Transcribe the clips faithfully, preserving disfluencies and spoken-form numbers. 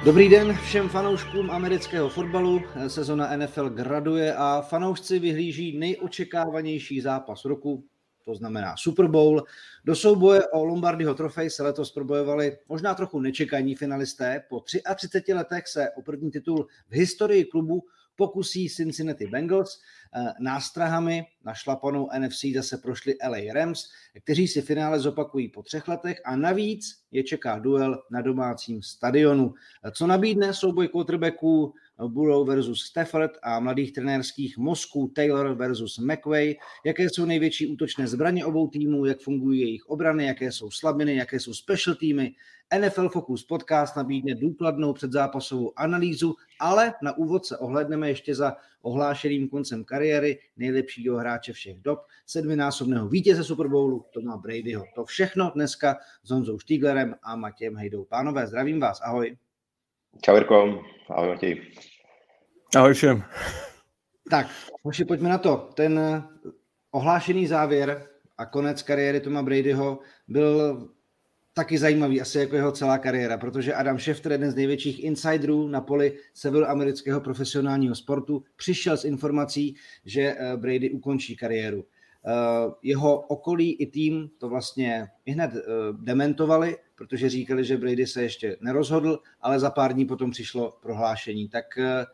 Dobrý den všem fanouškům amerického fotbalu. Sezona N F L graduje a fanoušci vyhlíží nejočekávanější zápas roku, to znamená Super Bowl. Do souboje o Lombardyho trofej se letos probojovali možná trochu nečekaní finalisté. Po třiadvaceti třech letech se o první titul v historii klubu pokusí Cincinnati Bengals. Nástrahami našlapanou N F C zase prošli L A Rams, kteří si finále zopakují po třech letech a navíc je čeká duel na domácím stadionu. Co nabídne souboj quarterbacků Burrow versus Stafford a mladých trenérských mozků Taylor versus McVay, jaké jsou největší útočné zbraně obou týmů, jak fungují jejich obrany, jaké jsou slabiny, jaké jsou special týmy. N F L Focus podcast nabídne důkladnou předzápasovou analýzu, ale na úvod se ohlédneme ještě za ohlášeným koncem kariéry nejlepšího hráče všech dob, sedminásobného vítěze Super Bowlu Toma Bradyho. To všechno dneska s Honzou Štíglerem a Matějem Hejdou. Pánové, zdravím vás, ahoj. Čau Jirko, ahoj Matěj. Ahoj všem. Tak, hoši, pojďme na to. Ten ohlášený závěr a konec kariéry Toma Bradyho byl taky zajímavý, asi jako jeho celá kariéra, protože Adam Schefter, jeden z největších insiderů na poli severoamerického profesionálního sportu, přišel s informací, že Brady ukončí kariéru. Jeho okolí i tým to vlastně hned dementovali, protože říkali, že Brady se ještě nerozhodl, ale za pár dní potom přišlo prohlášení. Tak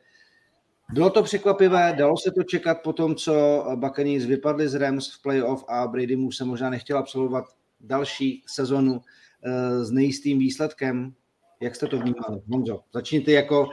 bylo to překvapivé, dalo se to čekat po tom, co Buccaneers vypadli z Rams v playoff a Brady mu se možná nechtěl absolvovat další sezonu s nejistým výsledkem. Jak jste to vnímali? Honzo, začněte jako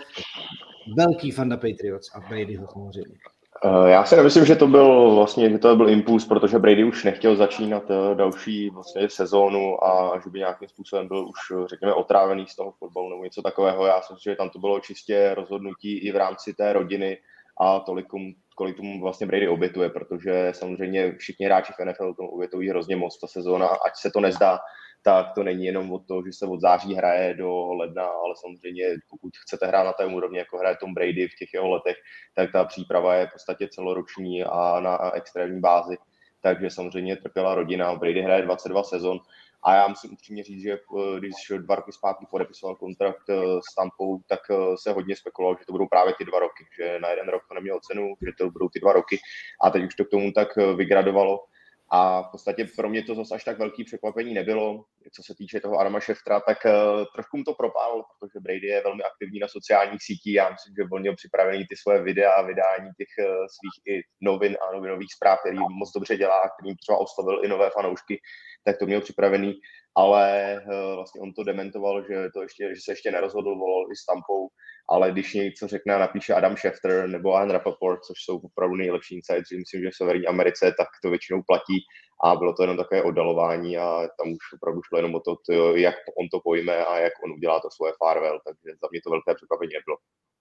velký fanda Patriots a Bradyho samozřejmě. Já si nemyslím, že to byl vlastně, že to byl impuls, protože Brady už nechtěl začínat další vlastně sezónu a že by nějakým způsobem byl už, řekněme, otrávený z toho fotbalu nebo něco takového. Já si myslím, že tam to bylo čistě rozhodnutí i v rámci té rodiny a tolikum, kolik tomu vlastně Brady obětuje, protože samozřejmě všichni hráči v N F L tomu obětují hrozně moc ta sezóna, ať se to nezdá, tak to není jenom o to, že se od září hraje do ledna, ale samozřejmě pokud chcete hrát na té úrovni, jako hraje Tom Brady v těch jeho letech, tak ta příprava je v podstatě celoroční a na extrémní bázi, takže samozřejmě trpěla rodina. Brady hraje dvacet dva sezon a já musím upřímně říct, že když dva roky zpátky podepisoval kontrakt s Tampou, tak se hodně spekulovalo, že to budou právě ty dva roky, že na jeden rok to nemělo cenu, že to budou ty dva roky a teď už to k tomu tak vygradovalo. A v podstatě pro mě to zase až tak velký překvapení nebylo. Co se týče toho Adama Scheftera, tak uh, trošku mu to propál, protože Brady je velmi aktivní na sociálních sítích. Já myslím, že on měl připravený ty svoje videa a vydání těch uh, svých i novin a novinových zpráv, který moc dobře dělá, kterým třeba oslovil i nové fanoušky, tak to měl připravený. Ale uh, vlastně on to dementoval, že, to ještě, že se ještě nerozhodl, volal i s Tampou. Ale když něco řekne a napíše Adam Schefter nebo Ian Rapoport, což jsou opravdu nejlepší insideri, myslím, že v Severní Americe, tak to většinou platí a bylo to jenom takové oddalování a tam už opravdu šlo jenom o to, to, jak on to pojme a jak on udělá to svoje farewell, takže za mě to velké překvapení nebylo.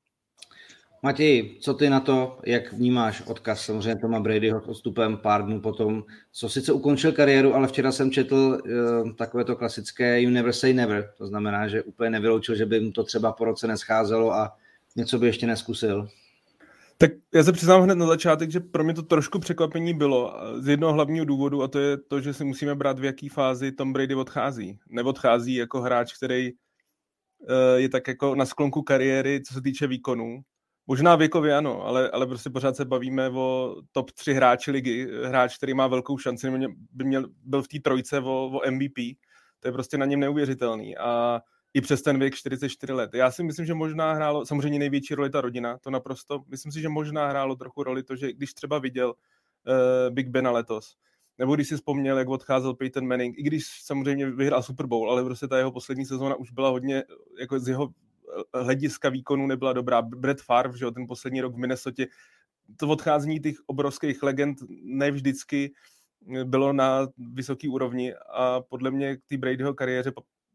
Matěj, co ty na to, jak vnímáš odkaz samozřejmě Toma Bradyho s odstupem pár dnů potom, co sice ukončil kariéru, ale včera jsem četl uh, takové to klasické you never say never, to znamená, že úplně nevyloučil, že by mu to třeba po roce nescházelo a něco by ještě neskusil. Tak já se přiznám hned na začátek, že pro mě to trošku překvapení bylo z jednoho hlavního důvodu a to je to, že si musíme brát, v jaký fázi Tom Brady odchází. Neodchází jako hráč, který uh, je tak jako na sklonku kariéry, co se týče výkonů. Možná věkově ano, ale, ale prostě pořád se bavíme o top tři hráči ligy. Hráč, který má velkou šanci, by měl, byl v té trojce o, o M V P. To je prostě na něm neuvěřitelný. A i přes ten věk čtyřicet čtyři let. Já si myslím, že možná hrálo, samozřejmě největší roli ta rodina, to naprosto. Myslím si, že možná hrálo trochu roli to, že když třeba viděl uh, Big Bena letos, nebo když si vzpomněl, jak odcházel Peyton Manning, i když samozřejmě vyhrál Super Bowl, ale prostě ta jeho poslední sezóna už byla hodně, jako z jeho hlediska výkonu nebyla dobrá. Brett Favre, že jo, ten poslední rok v Minnesotě, to odcházení těch obrovských legend ne vždycky bylo na vysoký úrovni a podle mě k té Bradyho kariéře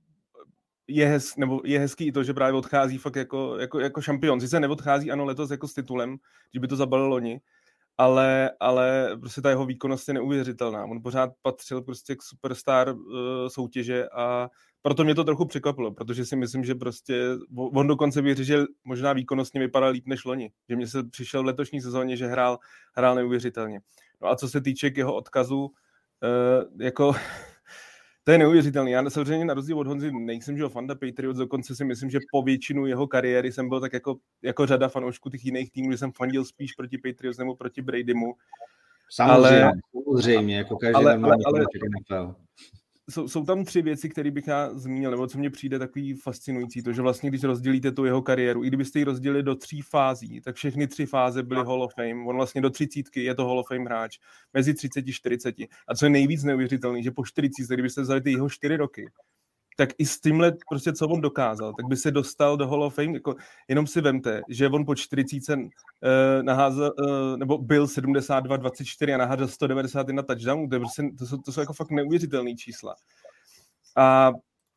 je, hez, nebo je hezký i to, že právě odchází fakt jako, jako, jako šampion. Sice neodchází ano letos jako s titulem, že by to zabalil loni, ale, ale prostě ta jeho výkonnost je neuvěřitelná. On pořád patřil prostě k superstar uh, soutěže a proto mě to trochu překvapilo, protože si myslím, že prostě on dokonce bych řekl, že možná výkonnostně vypadal líp než loni. Že mě se přišel v letošní sezóně, že hrál, hrál neuvěřitelně. No a co se týče k jeho odkazu, uh, jako To je neuvěřitelný. Já samozřejmě na rozdíl od Honzy nejsem, že ho fanda Patriots, dokonce si myslím, že po většinu jeho kariéry jsem byl tak jako, jako řada fanoušků těch jiných týmů, že jsem fandil spíš proti Patriots nebo proti Bradymu. Samozřejmě, ale, samozřejmě, jako každý ale, normální ale, N F L. Jsou, jsou tam tři věci, které bych já zmínil, nebo co mně přijde takový fascinující, to, že vlastně, když rozdělíte tu jeho kariéru, i kdybyste ji rozdělili do tří fází, tak všechny tři fáze byly Hall of Fame. On vlastně do třicítky je to Hall of Fame hráč, mezi třicet a čtyřicet. A co je nejvíc neuvěřitelný, že po čtyřiceti, kdybyste vzali ty jeho čtyři roky, tak i s tímhle, prostě co on dokázal, tak by se dostal do Hall of Fame. Jako, jenom si vemte, že on po čtyřiceti uh, naházel, uh, nebo byl sedmdesát dva dvacet čtyři a naházel sto devadesát jedna touchdownů. To, prostě, to, jsou, to jsou jako fakt neuvěřitelný čísla. A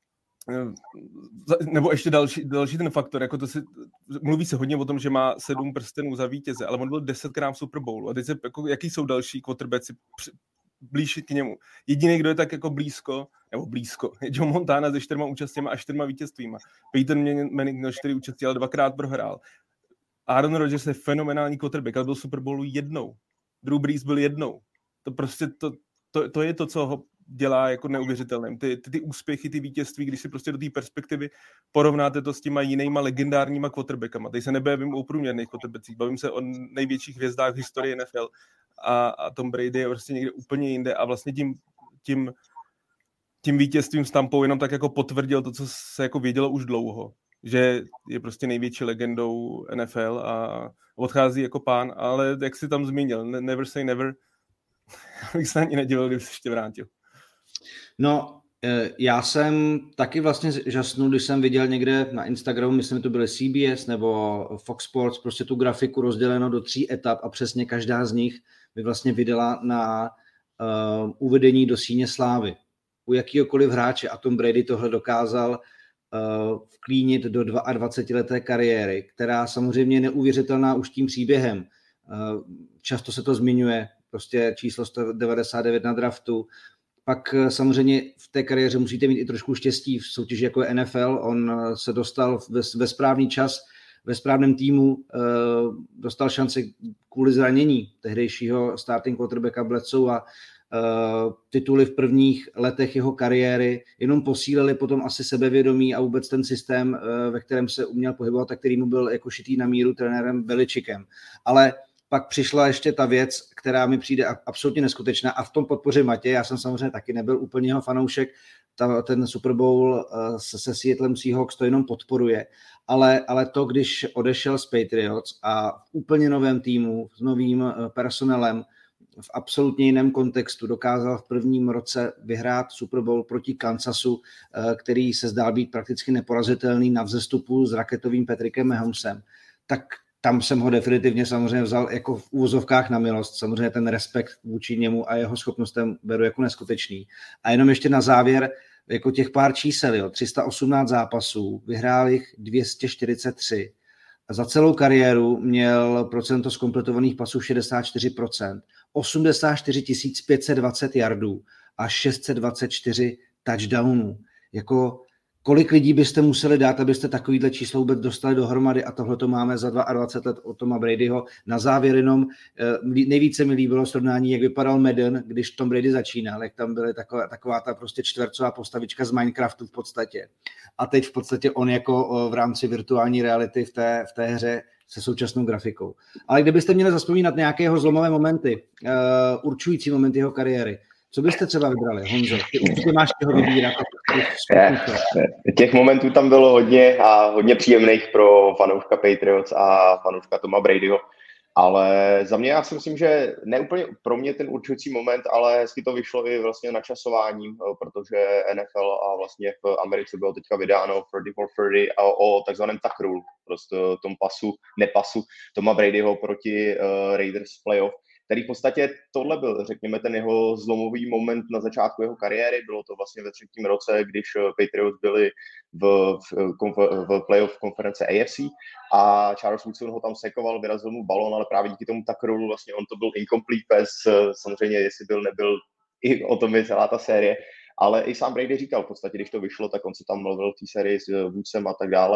nebo ještě další, další ten faktor, jako to si, mluví se hodně o tom, že má sedm prstenů za vítěze, ale on byl desetkrát v Super Bowlu. A teď se, jako, jaký jsou další quarterbacki blíž k němu? Jediný, kdo je tak jako blízko, nebo blízko, je Joe Montana se čtyřma účastěma a čtyřma vítězstvíma. Peyton Manning měl čtyři účastí, ale dvakrát prohrál. Aaron Rodgers je fenomenální quarterback, ale byl v Super Bowlu jednou. Drew Brees byl jednou. To prostě to, to, to je to, co ho dělá jako neuvěřitelným. Ty, ty, ty úspěchy, ty vítězství, když si prostě do té perspektivy porovnáte to s těma jinýma legendárníma quarterbackama. Teď se nebavím o průměrných quarterbackích, bavím se o největších hvězdách v historii N F L a, a Tom Brady je prostě někde úplně jinde a vlastně tím, tím, tím vítězstvím s Tampou jenom tak jako potvrdil to, co se jako vědělo už dlouho, že je prostě největší legendou N F L a odchází jako pán, ale jak si tam zmínil, never say never, bych se ani nedivil, kdyby se ještě vrátil. No, já jsem taky vlastně žasnul, když jsem viděl někde na Instagramu, myslím, to byly C B S nebo Fox Sports, prostě tu grafiku rozděleno do tří etap a přesně každá z nich by vlastně vydala na uh, uvedení do síně slávy. U jakýhokoliv hráče a Tom Brady tohle dokázal uh, vklínit do dvacetileté kariéry, která samozřejmě je neuvěřitelná už tím příběhem. Uh, často se to zmiňuje, prostě číslo sto devadesát devět na draftu. Pak samozřejmě v té kariéře musíte mít i trošku štěstí v soutěži jako je N F L. On se dostal ve, ve správný čas, ve správném týmu, uh, dostal šanci kvůli zranění tehdejšího starting quarterbacka Bledsoe a uh, tituly v prvních letech jeho kariéry jenom posílili potom asi sebevědomí a vůbec ten systém, uh, ve kterém se uměl pohybovat a který mu byl jako šitý na míru trenérem Belichickem. Ale pak přišla ještě ta věc, která mi přijde absolutně neskutečná a v tom podpořím Matěj. Já jsem samozřejmě taky nebyl úplně jeho fanoušek. Ta, ten Super Bowl uh, se, se Seattlem Seahawks to jenom podporuje. Ale, ale to, když odešel z Patriots a v úplně novém týmu, s novým uh, personelem, v absolutně jiném kontextu dokázal v prvním roce vyhrát Super Bowl proti Kansasu, uh, který se zdál být prakticky neporazitelný na vzestupu s raketovým Patrickem Mahomesem, tak tam jsem ho definitivně samozřejmě vzal jako v úvozovkách na milost. Samozřejmě ten respekt vůči němu a jeho schopnostem beru jako neskutečný. A jenom ještě na závěr, jako těch pár čísel, jo, tři sta osmnáct zápasů, vyhrál jich dvě stě čtyřicet tři. A za celou kariéru měl procento zkompletovaných pasů šedesát čtyři procent, osmdesát čtyři tisíc pět set dvacet yardů a šest set dvacet čtyři touchdownů. Jako kolik lidí byste museli dát, abyste takovýhle číslo vůbec dostali dohromady a tohle to máme za dvacet dva let od Toma Bradyho. Na závěr jenom nejvíce mi líbilo srovnání, jak vypadal Madden, když Tom Brady začínal, jak tam byly taková, taková ta prostě čtvercová postavička z Minecraftu v podstatě. A teď v podstatě on jako v rámci virtuální reality v té, v té hře se současnou grafikou. Ale kdybyste měli zazpomínat nějakého zlomové momenty, uh, určující momenty jeho kariéry, co byste třeba vybrali, Honzo? Ty určitě máš těho vybírat. Těch momentů tam bylo hodně a hodně příjemných pro fanouška Patriots a fanouška Toma Bradyho. Ale za mě já si myslím, že ne úplně pro mě ten určující moment, ale hezky to vyšlo i vlastně načasováním, protože N F L a vlastně v Americe bylo teďka vydáno třicet for třicet a o takzvaném tuck rule, prostě tom pasu, nepasu Toma Bradyho proti uh, Raiders playoff, který v podstatě tohle byl, řekněme, ten jeho zlomový moment na začátku jeho kariéry. Bylo to vlastně ve třetím roce, když Patriots byli v, v, v playoff konference A F C a Charles Woodson ho tam sekoval, vyrazil mu balón, ale právě díky tomu tacklu vlastně on to byl incomplete pass, samozřejmě jestli byl, nebyl, i o tom je celá ta série. Ale i sám Brady říkal v podstatě, když to vyšlo, tak on se tam mluvil v té sérii s Woodsem a tak dále.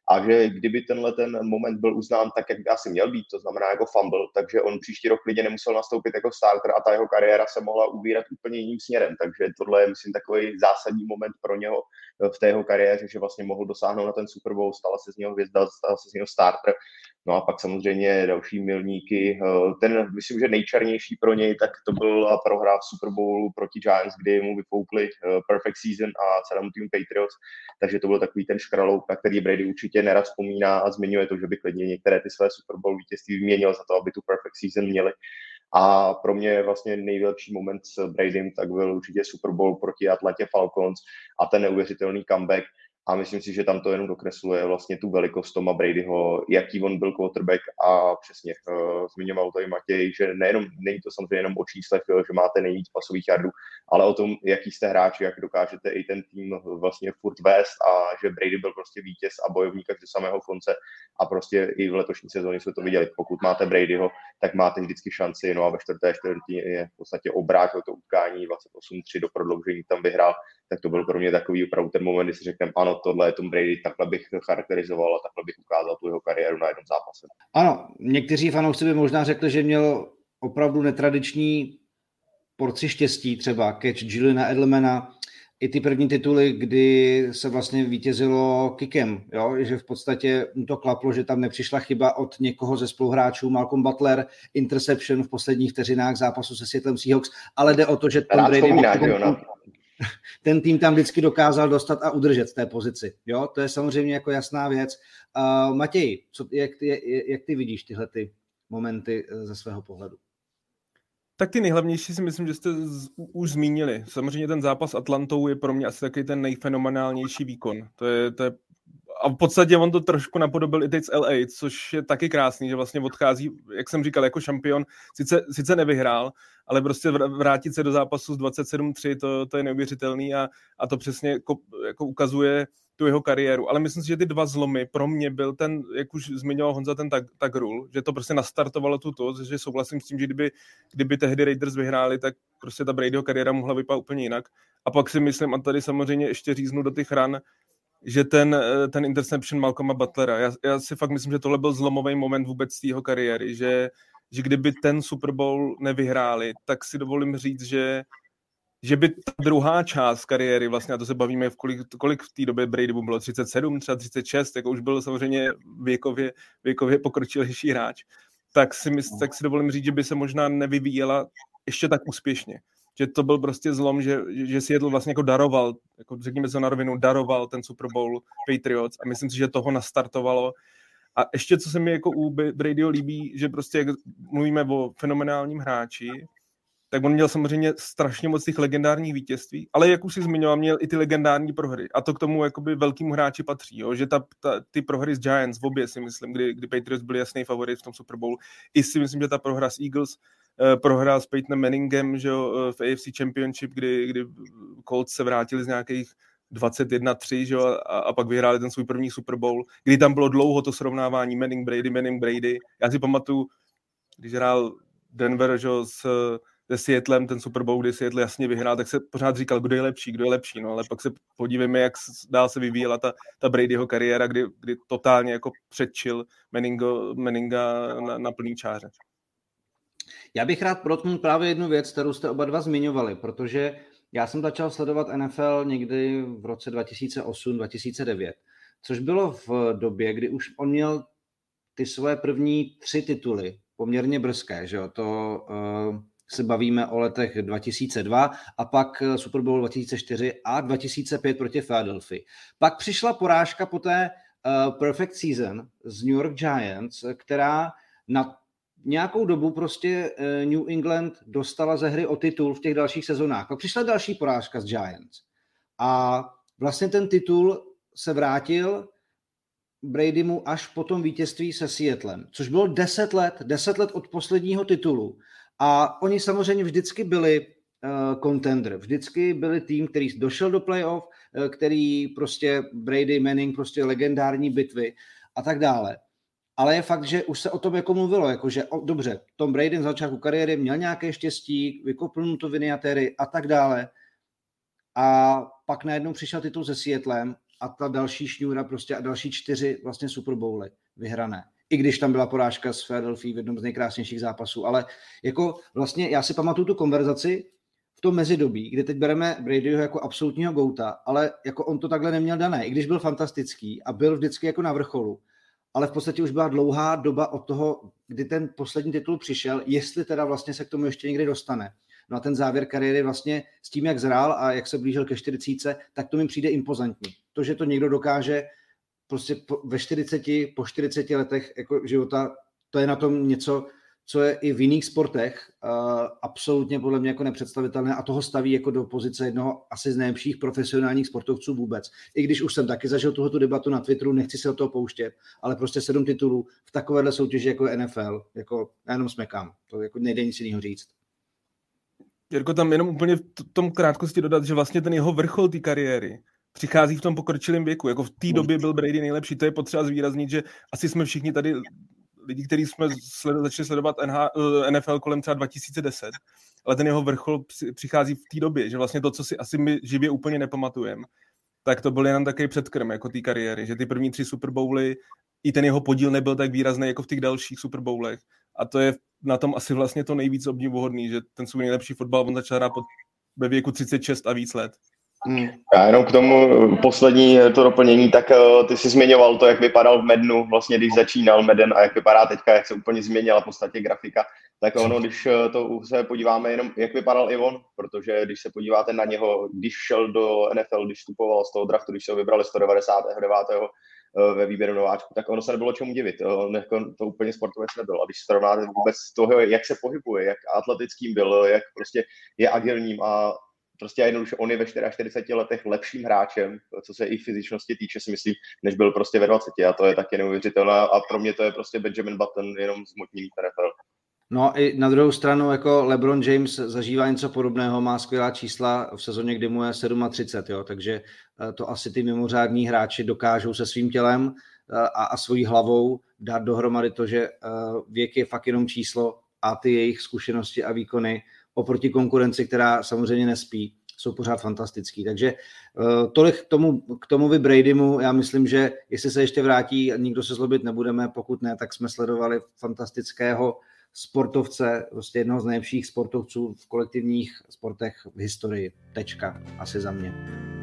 a že kdyby tenhle ten moment byl uznán tak, jak by asi měl být, to znamená jako fumble, takže on příští rok klidně nemusel nastoupit jako starter a ta jeho kariéra se mohla ubírat úplně jiným směrem, takže tohle je, myslím, takový zásadní moment pro něho v té jeho kariéře, že vlastně mohl dosáhnout na ten Super Bowl, stala se z něho hvězda, stala se z něho starter. No a pak samozřejmě další milníky. Ten, myslím, že nejčernější pro něj, tak to byla prohra v Super Bowlu proti Giants, kdy mu vyfoukli perfect season a celému týmu Patriots, takže to byl takový ten škraloup, na který Brady určitě nerad vzpomíná a zmiňuje to, že by klidně některé ty své Super Bowl vítězství vyměnil za to, aby tu perfect season měli. A pro mě vlastně největší moment s Bradym tak byl určitě Super Bowl proti Atlantě Falcons a ten neuvěřitelný comeback. A myslím si, že tam to jenom dokresluje vlastně tu velikost Toma Bradyho, jaký on byl quarterback a přesně uh, zmiňoval tady Matěj, že nejenom, není to samozřejmě jenom o číslech, že máte nejvíc pasových yardů, ale o tom, jaký jste hráči, jak dokážete i ten tým vlastně furt vést a že Brady byl prostě vítěz a bojovník až do samého konce a prostě i v letošní sezóně jsme to viděli. Pokud máte Bradyho, tak máte vždycky šanci, no a ve čtvrté čtvrtině v podstatě obrátil to utkání dvacet osm tři do prodloužení tam vyhrál, tak to byl pro mě takový opravdu ten moment, kdy si řekneme, ano, tohle je Tom Brady, takhle bych charakterizoval a takhle bych ukázal tu jeho kariéru na jednom zápase. Ano, někteří fanoušci by možná řekli, že měl opravdu netradiční porci štěstí, třeba catch Juliana Edelmana, i ty první tituly, kdy se vlastně vítězilo kickem, jo? Že v podstatě mu to klaplo, že tam nepřišla chyba od někoho ze spoluhráčů, Malcolm Butler, interception v posledních vteřinách zápasu se Seattlem Seahawks, ale jde o to, že Tom Brady ten tým tam vždycky dokázal dostat a udržet v té pozici. Jo? To je samozřejmě jako jasná věc. Uh, Matěj, co, jak, ty, jak ty vidíš tyhle ty momenty ze svého pohledu? Tak ty nejhlavnější si myslím, že jste z, už zmínili. Samozřejmě ten zápas s Atlantou je pro mě asi taky ten nejfenomenálnější výkon. To je, to je, a v podstatě on to trošku napodobil i teď z L A, což je taky krásný, že vlastně odchází, jak jsem říkal, jako šampion, sice, sice nevyhrál, ale prostě vrátit se do zápasu s dvacet sedm tři, to, to je neuvěřitelný a, a to přesně jako, jako ukazuje tu jeho kariéru. Ale myslím si, že ty dva zlomy pro mě byl ten, jak už zmiňoval Honza, ten tag, tag rule, že to prostě nastartovalo tu to, že souhlasím s tím, že kdyby, kdyby tehdy Raiders vyhráli, tak prostě ta Bradyho kariéra mohla vypadat úplně jinak. A pak si myslím, a tady samozřejmě ještě říznu do těch ran, že ten, ten interception Malcolma Butlera, já, já si fakt myslím, že tohle byl zlomový moment vůbec z jeho kariéry, že, že kdyby ten Super Bowl nevyhráli, tak si dovolím říct, že že by ta druhá část kariéry, vlastně, a to se bavíme, v kolik, kolik v té době Brady bylo, třicet sedm, třeba třicet šest, jako už byl samozřejmě věkově, věkově pokročilejší hráč, tak si, mysl, tak si dovolím říct, že by se možná nevyvíjela ještě tak úspěšně. Že to byl prostě zlom, že, že Seattle vlastně jako daroval, jako řekněme se na rovinu, daroval ten Super Bowl Patriots a myslím si, že toho nastartovalo. A ještě, co se mi jako u Bradyho líbí, že prostě, jak mluvíme o fenomenálním hráči, tak on měl samozřejmě strašně moc těch legendárních vítězství, ale jak už si zmiňoval, měl i ty legendární prohry. A to k tomu jakoby velkému hráči patří, jo? Že ta, ta, ty prohry s Giants, v obě si myslím, kdy, kdy Patriots byli jasný favorit v tom Super Bowl, i si myslím, že ta prohra s Eagles, eh, prohra s Peytonem Manningem, že jo, v A F C Championship, kdy, kdy Colts se vrátili z nějakých dvacet jedna tři, že jo, a, a pak vyhráli ten svůj první Super Bowl, kdy tam bylo dlouho to srovnávání Manning Brady, Manning Brady. Já si pamatuju, když hrál Denver, že jo, s se Seattlem, ten Super Bowl, kdy Seattle jasně vyhrál, tak se pořád říkal, kdo je lepší, kdo je lepší, no ale pak se podívejme, jak dál se vyvíjela ta, ta Bradyho kariéra, kdy, kdy totálně jako předčil Manningo, Manninga na, na plný čáře. Já bych rád podotknul právě jednu věc, kterou jste oba dva zmiňovali, protože já jsem začal sledovat N F L někdy v roce dva tisíce osm dva tisíce devět, což bylo v době, kdy už on měl ty svoje první tři tituly, poměrně brzké, že jo, to uh, se bavíme o letech dva tisíce dva a pak Super Bowl dva tisíce čtyři a dva tisíce pět proti Philadelphii. Pak přišla porážka po té uh, perfect season z New York Giants, která na nějakou dobu prostě uh, New England dostala ze hry o titul v těch dalších sezonách. Pak přišla další porážka z Giants a vlastně ten titul se vrátil Bradymu až po tom vítězství se Seattlem, což bylo deset let, deset let od posledního titulu. A oni samozřejmě vždycky byli uh, contender, vždycky byli tým, který došel do playoff, uh, který prostě Brady, Manning, prostě legendární bitvy a tak dále. Ale je fakt, že už se o tom jako mluvilo, jako že o, dobře, Tom Brady na začátku kariéry měl nějaké štěstí, vykopl mu to viniatéry a tak dále. A pak najednou přišel titul se Seattlem a ta další šňůra prostě a další čtyři vlastně Super Bowly vyhrané. I když tam byla porážka s Philadelphia v jednom z nejkrásnějších zápasů, ale jako vlastně já si pamatuju tu konverzaci v tom mezidobí, kde teď bereme Bradyho jako absolutního gouta, ale jako on to takhle neměl dané, i když byl fantastický a byl vždycky jako na vrcholu, ale v podstatě už byla dlouhá doba od toho, kdy ten poslední titul přišel, jestli teda vlastně se k tomu ještě někdy dostane. No a ten závěr kariéry vlastně s tím, jak zrál a jak se blížil ke čtyřicítce, tak to mi přijde impozantní. To, že to někdo dokáže prostě po, ve čtyřiceti, po čtyřiceti letech jako života, to je na tom něco, co je i v jiných sportech uh, absolutně podle mě jako nepředstavitelné a toho staví jako do pozice jednoho asi z nejlepších profesionálních sportovců vůbec. I když už jsem taky zažil tuhletu debatu na Twitteru, nechci se o toho pouštět, ale prostě sedm titulů v takovéhle soutěži jako je N F L, jako já jenom smekám, to jako nejde nic jiného říct. Jirko, tam jenom úplně v tom krátkosti dodat, že vlastně ten jeho vrchol té kariéry přichází v tom pokročilém věku. Jako v té době byl Brady nejlepší. To je potřeba zvýraznit, že asi jsme všichni tady lidi, kteří jsme sled, začali sledovat N F L kolem třeba dva tisíce deset, ale ten jeho vrchol přichází v té době, že vlastně to, co si asi my živě úplně nepamatujeme, tak to byl jenom takový předkrm jako té kariéry, že ty první tři Super Bowly, i ten jeho podíl nebyl tak výrazný jako v těch dalších Super Bowlech. A to je na tom asi vlastně to nejvíc obdivuhodný, že ten svůj nejlepší fotbal on začal hrát ve věku třicet šest a víc let. Hmm. Já jenom k tomu poslední to doplnění, tak uh, ty jsi zmiňoval to, jak vypadal v Madenu, vlastně když začínal Madden a jak vypadá teďka, jak se úplně změnila v podstatě grafika, tak ono, když to se podíváme jenom, jak vypadal i on, protože když se podíváte na něho, když šel do N F L, když vstupoval z toho draftu, když se ho vybrali sto devadesát devět ve výběru nováčku, tak ono se nebylo čemu divit. On jako to úplně sportovec nebyl. A když srovnáte vůbec toho, jak se pohybuje, jak atletickým byl, jak prostě je agilním a prostě jednoduše on je ve čtyřiceti čtyřech letech lepším hráčem, co se i fyzičnosti týče, si myslím, než byl prostě ve dvaceti. A to je taky neuvěřitelné. A pro mě to je prostě Benjamin Button jenom zmotněný N F L. No i na druhou stranu jako LeBron James zažívá něco podobného, má skvělá čísla v sezóně, kdy mu je třicet sedm, jo, takže to asi ty mimořádní hráči dokážou se svým tělem a, a svojí hlavou dát dohromady to, že věk je fakt jenom číslo a ty jejich zkušenosti a výkony oproti konkurenci, která samozřejmě nespí, jsou pořád fantastický. Takže tolik k tomu, k tomu Bradymu, já myslím, že jestli se ještě vrátí, nikdo se zlobit nebudeme, pokud ne, tak jsme sledovali fantastického sportovce, prostě jednoho z nejlepších sportovců v kolektivních sportech v historii. Tečka. Asi za mě.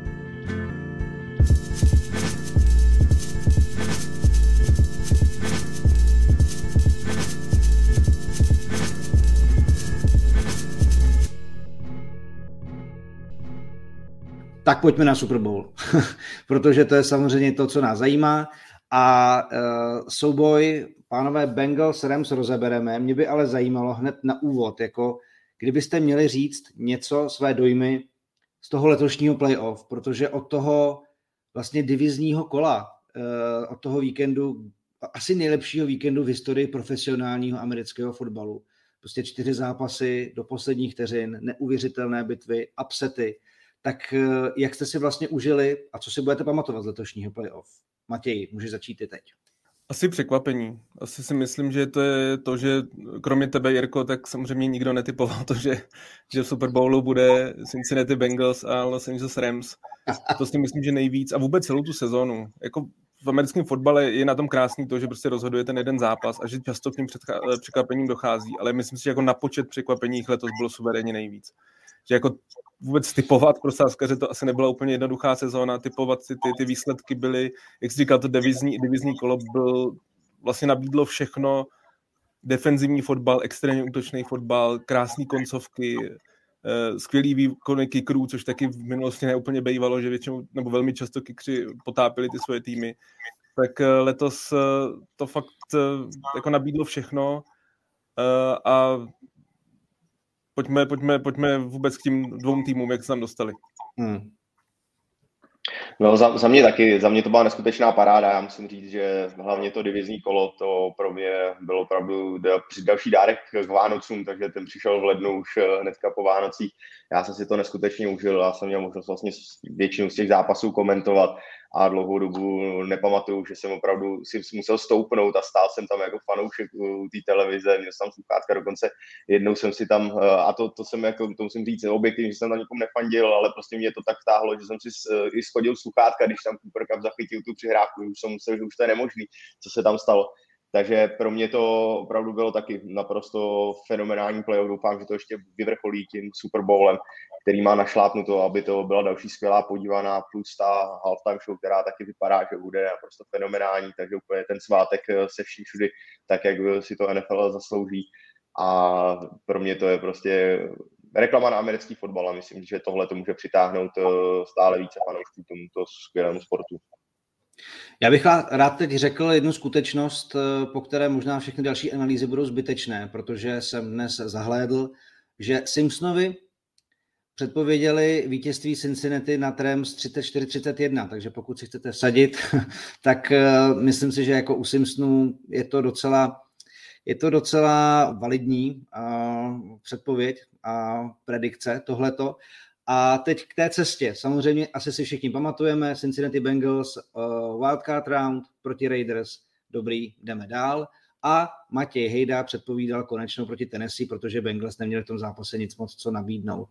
Tak pojďme na Super Bowl, protože to je samozřejmě to, co nás zajímá. A uh, souboj, pánové, Bengals Rams rozebereme. Mě by ale zajímalo hned na úvod, jako kdybyste měli říct něco, své dojmy z toho letošního playoff, protože od toho vlastně divizního kola, uh, od toho víkendu, asi nejlepšího víkendu v historii profesionálního amerického fotbalu. Prostě čtyři zápasy do posledních vteřin, neuvěřitelné bitvy, upsety. Tak uh, jak jste si vlastně užili a co si budete pamatovat z letošního playoff? Matěj, můžeš začít i teď. Asi překvapení. Asi si myslím, že to je to, že kromě tebe, Jirko, tak samozřejmě nikdo netypoval to, že, že v Super Bowlu bude Cincinnati Bengals a Los Angeles Rams. To si myslím, že nejvíc a vůbec celou tu sezónu. Jako v americkém fotbale je na tom krásný to, že prostě rozhoduje ten jeden zápas a že často k ním překvapením dochází, ale myslím si, že jako na počet překvapení letos bylo suverénně nejvíc. Že jako vůbec typovat pro sázkaře to asi nebyla úplně jednoduchá sezóna, typovat si ty, ty výsledky byly, jak jsi říkal, to divizní, divizní kolo byl, vlastně nabídlo všechno, defenzivní fotbal, extrémně útočný fotbal, krásný koncovky, eh, skvělý výkony kickerů, což taky v minulosti neúplně bývalo, že většinou, nebo velmi často kickři potápili ty svoje týmy, tak eh, letos eh, to fakt eh, jako nabídlo všechno eh, a Pojďme, pojďme, pojďme vůbec k tím dvou týmům, jak se tam dostali. Hmm. No za, za mě taky, za mě to byla neskutečná paráda, já musím říct, že hlavně to divizní kolo, to pro mě bylo opravdu další dárek k Vánocům, takže ten přišel v lednu už hnedka po Vánocích. Já jsem si to neskutečně užil, já jsem měl možnost vlastně většinu z těch zápasů komentovat a dlouhou dobu nepamatuju, že jsem opravdu si musel stoupnout a stál jsem tam jako fanoušek u té televize, měl jsem tam sluchátka, dokonce jednou jsem si tam, a to, to jsem jako, to musím říct objektivně, že jsem tam nikomu nefandil, ale prostě mě to tak vtáhlo, že jsem si i schodil sluchátka, když tam Cooper Cup zachytil tu přihrávku, už jsem musel, že už to je nemožný, co se tam stalo. Takže pro mě to opravdu bylo taky naprosto fenomenální playoff. Doufám, že to ještě vyvrcholí tím Super Bowlem, který má našlápnuto, aby to byla další skvělá podívaná, plus ta halftime show, která taky vypadá, že bude naprosto fenomenální, takže úplně ten svátek se vším všudy, tak jak si to N F L zaslouží. A pro mě to je prostě reklama na americký fotbal a myslím, že tohle to může přitáhnout stále více fanoušků tomuto skvělému sportu. Já bych rád teď řekl jednu skutečnost, po které možná všechny další analýzy budou zbytečné, protože jsem dnes zahlédl, že Simpsonovi předpověděli vítězství Cincinnati nad Rams třicet čtyři třicet jedna, takže pokud si chcete vsadit, tak myslím si, že jako u Simpsonů je to docela, je to docela validní uh, předpověď a predikce tohleto. A teď k té cestě. Samozřejmě asi si všichni pamatujeme, Cincinnati Bengals, uh, wildcard round proti Raiders, dobrý, jdeme dál. A Matěj Hejda předpovídal konečnou proti Tennessee, protože Bengals neměli v tom zápase nic moc co nabídnout.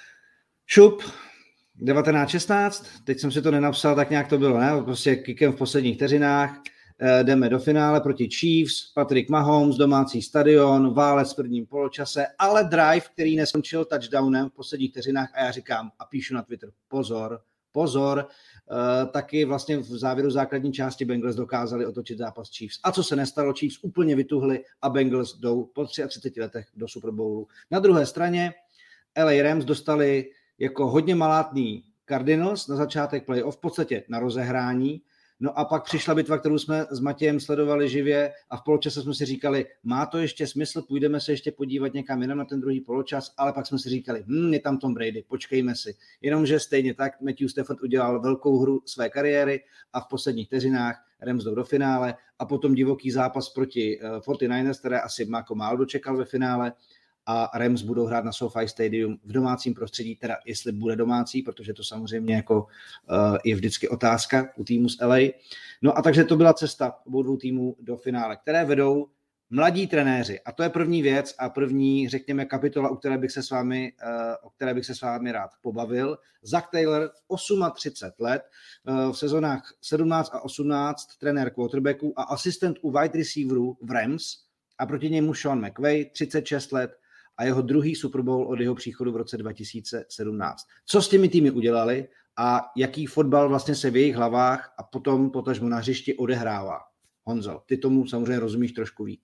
Šup, devatenáct šestnáct, teď jsem si to nenapsal, tak nějak to bylo, ne? Prostě kickem v posledních vteřinách. Jdeme do finále proti Chiefs, Patrick Mahomes, domácí stadion, válec v prvním poločase, ale drive, který neskončil touchdownem v posledních vteřinách a já říkám a píšu na Twitter, pozor, pozor, uh, taky vlastně v závěru základní části Bengals dokázali otočit zápas Chiefs. A co se nestalo, Chiefs úplně vytuhli a Bengals jdou po třiceti třech letech do Super Bowlu. Na druhé straně L A Rams dostali jako hodně malátný Cardinals na začátek playoff, v podstatě na rozehrání. No a pak přišla bitva, kterou jsme s Matějem sledovali živě a v poločase jsme si říkali, má to ještě smysl, půjdeme se ještě podívat někam jinam na ten druhý poločas, ale pak jsme si říkali, hm, je tam Tom Brady, počkejme si. Jenomže stejně tak Matthew Stafford udělal velkou hru své kariéry a v posledních vteřinách Rams jdou do finále a potom divoký zápas proti uh, čtyřicátým devátému, které asi jako málo dočekal ve finále, a Rams budou hrát na SoFi Stadium v domácím prostředí, teda jestli bude domácí, protože to samozřejmě jako uh, je vždycky otázka u týmu z L A. No a takže to byla cesta obou dvou týmů do finále, které vedou mladí trenéři. A to je první věc a první, řekněme, kapitola, u které bych se s vámi, uh, o které bych se s vámi rád pobavil. Zach Taylor, třicet osm let, uh, v sezónách sedmnáct a osmnáct, trenér quarterbacků a asistent u wide receiverů v Rams a proti němu Sean McVay, třicet šest let, a jeho druhý Super Bowl od jeho příchodu v roce dva tisíce sedmnáct. Co s těmi týmy udělali a jaký fotbal vlastně se v jejich hlavách a potom potažmo na hřišti odehrává? Honzo, ty tomu samozřejmě rozumíš trošku víc.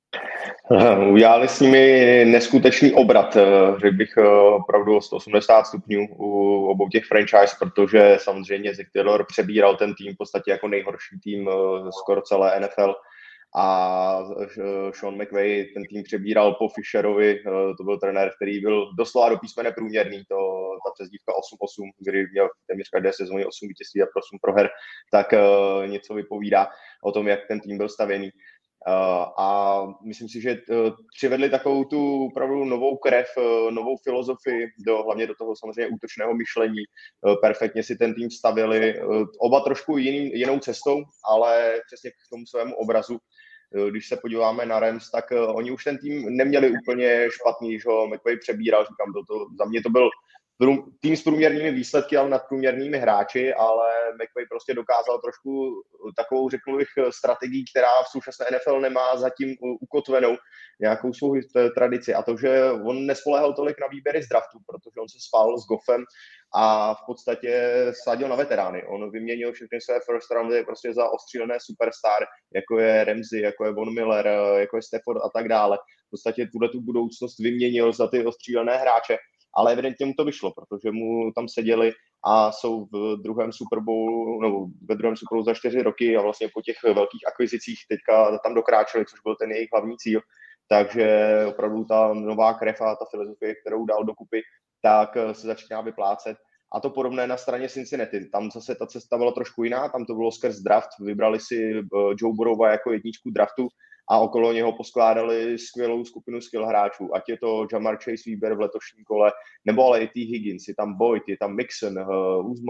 Udělali s nimi neskutečný obrat, řekl bych opravdu o sto osmdesát stupňů u obou těch franchise, protože samozřejmě Zach Taylor přebíral ten tým v podstatě jako nejhorší tým skoro celé N F L. A Sean McVay ten tým přebíral po Fisherovi, to byl trenér, který byl doslova do písmene průměrný, to, ta přezdívka osm osm, kdy měl téměř každé sezóně osm vítězství a osm proher, tak uh, něco vypovídá o tom, jak ten tým byl stavěný. Uh, a myslím si, že uh, přivedli takovou tu opravdu novou krev, uh, novou filozofii, do, hlavně do toho samozřejmě útočného myšlení. Uh, perfektně si ten tým stavili, uh, oba trošku jiný, jinou cestou, ale přesně k tomu svému obrazu. Uh, když se podíváme na Rams, tak uh, oni už ten tým neměli úplně špatný, když ho McVay přebíral, říkám, to, to, za mě to byl tým s průměrnými výsledky, ale nadprůměrnými hráči, ale McVay prostě dokázal trošku takovou, řekl bych, strategii, která v současné N F L nemá zatím ukotvenou nějakou svou tradici. A to, že on nespoléhal tolik na výběry z draftu, protože on se spál s Goffem a v podstatě sadil na veterány. On vyměnil všechny své first roundy prostě za ostřílené superstar, jako je Ramsey, jako je Von Miller, jako je Stafford a tak dále. V podstatě tuhle tu budoucnost vyměnil za ty ostřílené hráče. Ale evidentně mu to vyšlo, protože mu tam seděli a jsou v druhém Super Bowlu, nebo ve druhém Super Bowlu za čtyři roky a vlastně po těch velkých akvizicích teďka tam dokráčeli, což byl ten jejich hlavní cíl. Takže opravdu ta nová krev a ta filozofie, kterou dal dokupy, tak se začíná vyplácet. A to podobné na straně Cincinnati. Tam zase ta cesta byla trošku jiná, tam to bylo skrz draft. Vybrali si Joe Burrowa jako jedničku draftu a okolo něho poskládali skvělou skupinu skill hráčů. Ať je to Ja'Marr Chase výběr v letošním kole, nebo ale i T. Higgins, je tam Boyd, je tam Mixon, uh, Uzma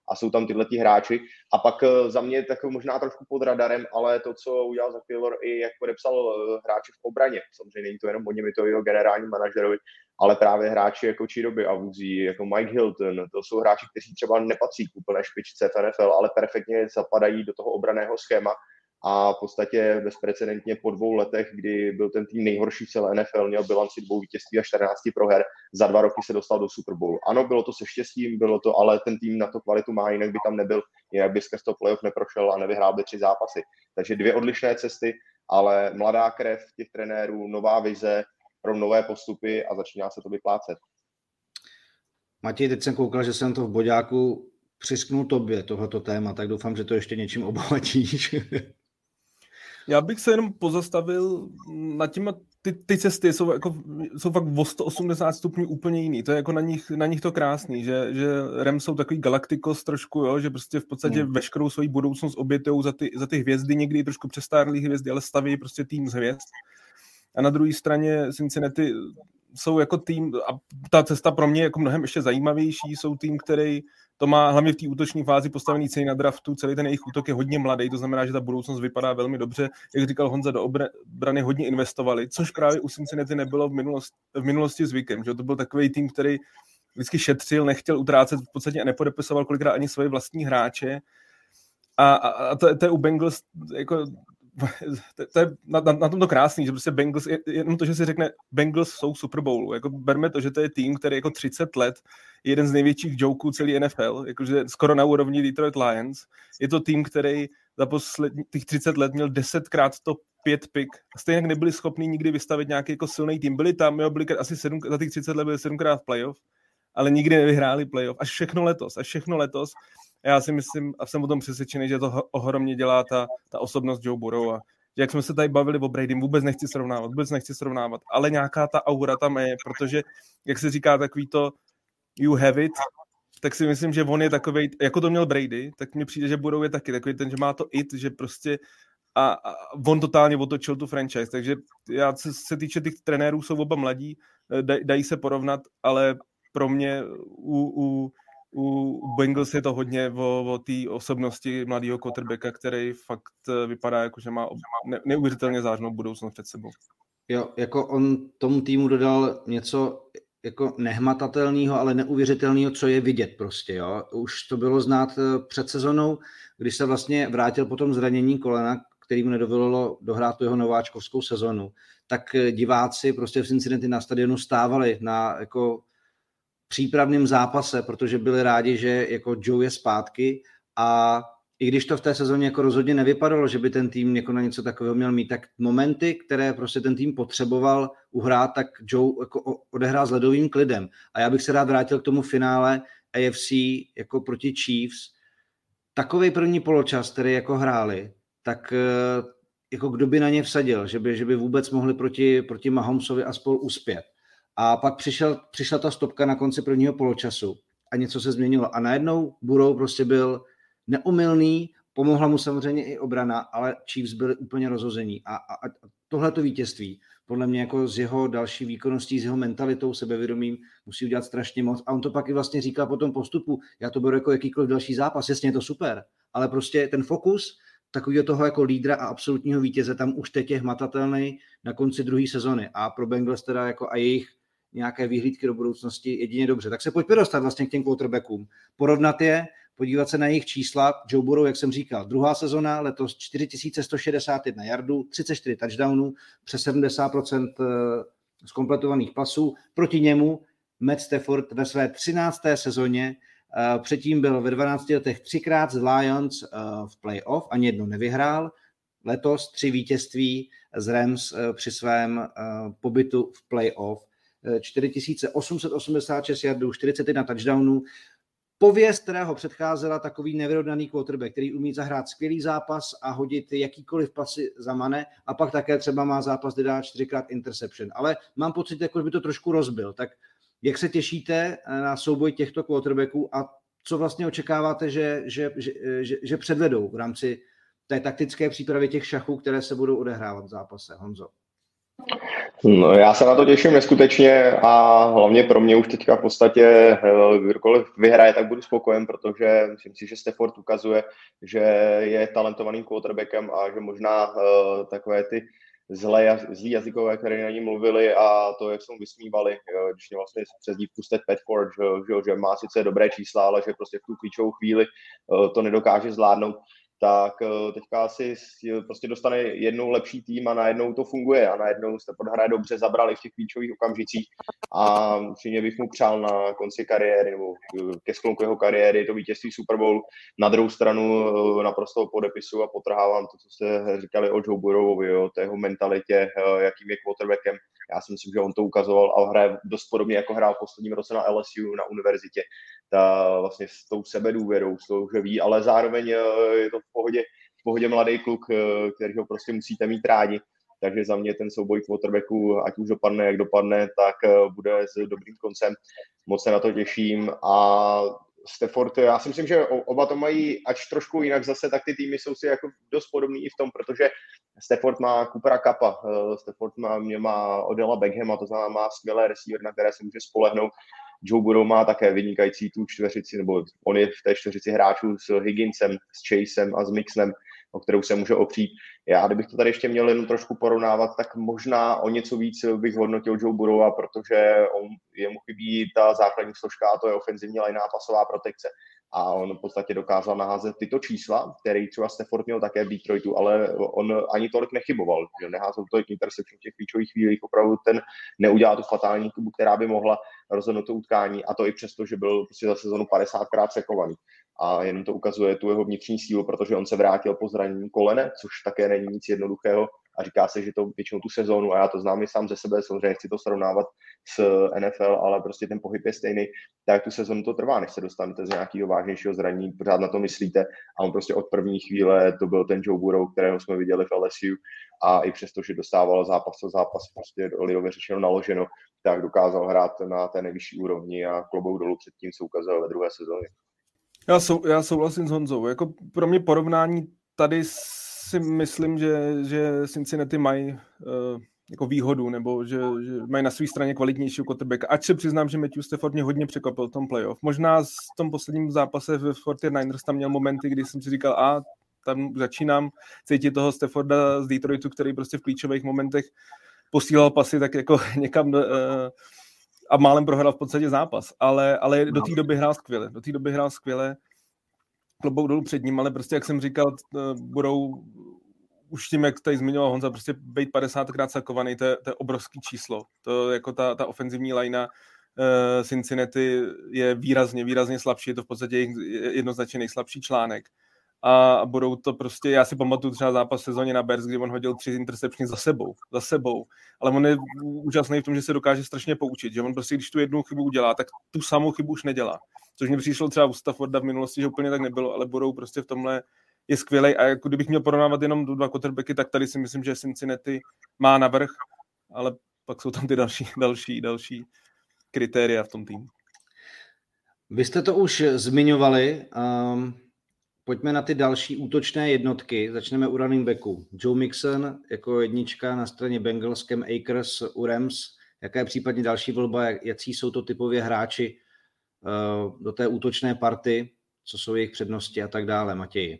a jsou tam tyhle tí hráči. A pak za mě tak možná trošku pod radarem, ale to, co udělal Zach Taylor, i jak podepsal hráči v obraně. Samozřejmě není to jenom o něm, je to jeho generální manažerovi, ale právě hráči jako Chidobe Awuzie, jako Mike Hilton, to jsou hráči, kteří třeba nepatří k úplné špičce v N F L, ale perfektně zapadají do toho obranného schéma. A v podstatě bezprecedentně po dvou letech, kdy byl ten tým nejhorší v celé N F L, měl bilanci dvou vítězství a čtrnácti proher, za dva roky se dostal do Super Bowlu. Ano, bylo to se štěstím, bylo to, ale ten tým na to kvalitu má, jinak by tam nebyl, jinak by skrz to playoff neprošel a nevyhrál by tři zápasy. Takže dvě odlišné cesty, ale mladá krev těch trenérů, nová vize pro nové postupy a začíná se to vyplácet. Matěj, teď jsem koukal, že jsem to v boďáku přisknul tobě, tohoto téma, tak doufám, že to ještě něčím obohatíš. Já bych se jenom pozastavil nad tím, ty, ty cesty jsou, jako, jsou fakt o sto osmdesát stupňů úplně jiný. To je jako na nich, na nich to krásný, že, že Rams jsou takový galaktikos trošku, jo, že prostě v podstatě mm. veškerou svoji budoucnost obětujou za ty, za ty hvězdy, někdy trošku přestárlý hvězdy, ale staví prostě tým z hvězd. A na druhé straně Cincinnati jsou jako tým, a ta cesta pro mě je jako mnohem ještě zajímavější, jsou tým, který to má hlavně v té útoční fázi postavený celý na draftu, celý ten jejich útok je hodně mladý, to znamená, že ta budoucnost vypadá velmi dobře. Jak říkal Honza, do obrany hodně investovali, což právě u Cincinnati nebylo v minulosti, v minulosti zvykem, že to byl takový tým, který vždycky šetřil, nechtěl utrácet v podstatě a nepodepisoval kolikrát ani svoje vlastní hráče. A, a, a to, to je u Bengals jako to, to je na, na, na tom to krásný, že prostě Bengals, jenom to, že si řekne Bengals jsou Super Bowlu, jako berme to, že to je tým, který jako třicet let je jeden z největších joků celý N F L, jakože skoro na úrovni Detroit Lions. Je to tým, který za posledních těch třicet let měl desetkrát top pět pick. Stejně nebyli schopni nikdy vystavit nějaký jako silný tým. Byli tam, jo, byli asi sedm, za těch třicet let byli sedmkrát v playoff, ale nikdy nevyhráli playoff. Až všechno letos, až všechno letos. Já si myslím, a jsem o tom přesvědčený, že to ohromně dělá ta, ta osobnost Joe Burrow. A jak jsme se tady bavili o Brady, vůbec nechci srovnávat, vůbec nechci srovnávat, ale nějaká ta aura tam je, protože, jak se říká, takový to you have it, tak si myslím, že on je takovej, jako to měl Brady, tak mně přijde, že Burrow je taky takový ten, že má to it, že prostě a, a on totálně otočil tu franchise, takže já se, se týče těch trenérů, jsou oba mladí, daj, dají se porovnat, ale pro mě u, u U Bengals je to hodně o, o té osobnosti mladého quarterbacka, který fakt vypadá jako, že má ne, neuvěřitelně zářnou budoucnost před sebou. Jo, jako on tomu týmu dodal něco jako nehmatatelného, ale neuvěřitelného, co je vidět prostě, jo. Už to bylo znát před sezonou, když se vlastně vrátil po tom zranění kolena, který mu nedovolilo dohrát tu jeho nováčkovskou sezonu, tak diváci prostě v Cincinnati na stadionu stávali na jako přípravném zápase, protože byli rádi, že jako Joe je zpátky a i když to v té sezóně jako rozhodně nevypadalo, že by ten tým jako na něco takového měl mít, tak momenty, které prostě ten tým potřeboval uhrát, tak Joe jako odehrál s ledovým klidem. A já bych se rád vrátil k tomu finále A F C jako proti Chiefs. Takovej první poločas, který jako hráli, tak jako kdo by na ně vsadil, že by, že by vůbec mohli proti, proti Mahomesovi a spolu uspět. A pak přišel, přišla ta stopka na konci prvního poločasu a něco se změnilo. A najednou Burrow prostě byl neomylný, pomohla mu samozřejmě i obrana, ale Chiefs byli úplně rozhození. A, a, a tohleto vítězství, podle mě jako s jeho další výkonností, s jeho mentalitou, sebevědomím, musí udělat strašně moc. A on to pak i vlastně říká po tom postupu, já to beru jako jakýkoliv další zápas, jasně je to super, ale prostě ten fokus takového toho jako lídra a absolutního vítěze tam už teď je hmatatelný na konci druhé sezony. A pro Bengals teda jako a jejich nějaké výhlídky do budoucnosti jedině dobře. Tak se pojďme dostat vlastně k těm quarterbackům. Porovnat je, podívat se na jejich čísla. Joe Burrow, jak jsem říkal, druhá sezona, letos čtyři tisíce sto šedesát jedna yardů, třicet čtyři touchdownů, přes sedmdesát procent zkompletovaných pasů. Proti němu Matt Stafford ve své třinácté sezóně, předtím byl ve dvanácti letech třikrát z Lions v playoff, ani jednou nevyhrál. Letos tři vítězství z Rams při svém pobytu v playoff. čtyři tisíce osm set osmdesát šest yardů, čtyřicet jedna touchdownů. Pověst, která ho předcházela, takový nevyrovnaný quarterback, který umí zahrát skvělý zápas a hodit jakýkoliv pasy za mane a pak také třeba má zápas, kde dá čtyřikrát interception. Ale mám pocit, jako by to trošku rozbil. Tak jak se těšíte na souboj těchto quarterbacků a co vlastně očekáváte, že, že, že, že, že předvedou v rámci té taktické přípravy těch šachů, které se budou odehrávat v zápase, Honzo? No, já se na to těším neskutečně a hlavně pro mě už teďka v podstatě kdokoliv vyhraje, tak budu spokojen, protože myslím si, že Stafford ukazuje, že je talentovaným quarterbackem a že možná uh, takové ty zlé, zlí jazykové, které na ní mluvili a to, jak jsou vysmívali, když mě vlastně přezdívku Stat Petford, že, že má sice dobré čísla, ale že prostě v tu klíčovou chvíli uh, to nedokáže zvládnout, tak teďka asi prostě dostane jednou lepší tým a najednou to funguje a najednou Stafford hraje dobře, zabrali v těch klíčových okamžicích a upřímně bych mu přál na konci kariéry nebo ke sklonku jeho kariéry to vítězství Super Bowl. Na druhou stranu naprosto podepisu a potrhávám to, co jste říkali o Joe Burrowovi, jo, té jeho mentalitě, jakým je quarterbackem. Já si myslím, že on to ukazoval a hraje dost podobně, jako hrál v posledním roce na L S U na univerzitě. Ta vlastně s tou sebedůvěrou, s tou, že ví, ale zároveň je to v pohodě, v pohodě mladý kluk, který ho prostě musíte mít rádi. Takže za mě ten souboj quarterbacku, ať už dopadne, jak dopadne, tak bude s dobrým koncem. Moc se na to těším a Stafford, já si myslím, že oba to mají ač trošku jinak zase, tak ty týmy jsou si jako dost podobný i v tom, protože Stafford má Coopera Kuppa, Stafford má, mě má Odella Beckhama, to znamená má skvělé receiver, na které se může spolehnout. Joe Burrow má také vynikající tu čtveřici, nebo on je v té čtveřici hráčů s Higginsem, s Chasem a s Mixonem, o kterou se může opřít. Já, kdybych to tady ještě měl jenom trošku porovnávat, tak možná o něco víc bych hodnotil Joe Burrowa, protože on, jemu chybí ta základní složka a to je ofenzivní line a pasová protekce. A on v podstatě dokázal naházet tyto čísla, které třeba Stafford měl také v Detroitu, ale on ani tolik nechyboval, že neházel tolik interception v těch klíčových chvílích, opravdu ten neudělal tu fatální chybu, která by mohla rozhodnout to utkání, a to i přesto, že byl prostě za sezonu padesátkrát sekovaný. A jenom to ukazuje tu jeho vnitřní sílu, protože on se vrátil po zranění kolene, což také není nic jednoduchého a říká se, že to většinou tu sezónu, a já to znám i sám ze sebe, samozřejmě chci to srovnávat s N F L, ale prostě ten pohyb je stejný, tak tu sezonu to trvá, než se dostanete z nějakého vážnějšího zranění, pořád na to myslíte a on prostě od první chvíle to byl ten Joe Burrow, kterého jsme viděli v L S U a i přesto, že dostával zápas co zápas prostě lidově řečeno naloženo, tak dokázal hrát na té nejvyšší úrovni a klobouk dolů před tím, co ukázal ve druhé sezóně. Já, sou, já souhlasím s Honzou. Jako pro mě porovnání tady si myslím, že, že Cincinnati mají uh, jako výhodu, nebo že, že mají na své straně kvalitnějšího quarterbacka. Ať se přiznám, že Matthew Stafford mě hodně překvapil v tom playoff. Možná v tom posledním zápase ve forty-niners tam měl momenty, kdy jsem si říkal, a tam začínám cítit toho Stafforda z Detroitu, který prostě v klíčových momentech posílal pasy tak jako někam uh, a málem prohrál v podstatě zápas, ale, ale do té doby hrál skvěle, do té doby hrál skvěle, klobouk dolů před ním, ale prostě, jak jsem říkal, budou už tím, jak tady zmiňoval Honza, prostě být padesátkrát sakovaný, to je, to je obrovský číslo. To jako ta, ta ofenzivní linea uh, Cincinnati je výrazně, výrazně slabší, je to v podstatě jednoznačně nejslabší článek. A budou to prostě, já si pamatuju třeba zápas v sezóně na Bears, kdy on hodil tři intercepční za sebou, za sebou, ale on je úžasný v tom, že se dokáže strašně poučit, že on prostě, když tu jednu chybu udělá, tak tu samou chybu už nedělá. Což mi přišlo třeba u Stafforda v minulosti, že úplně tak nebylo, ale budou prostě v tomhle je skvělej a jako kdybych měl porovnávat jenom dva quarterbacky, tak tady si myslím, že Cincinnati má navrch, ale pak jsou tam ty další, další, další kritéria v tom týmu. Vy jste to už zmiňovali, um... pojďme na ty další útočné jednotky. Začneme u running backu. Joe Mixon jako jednička na straně Bengals, Cam Akers u Rams. Jaká je případně další volba? Jací jsou to typově hráči uh, do té útočné party? Co jsou jejich přednosti a tak dále, Matěji?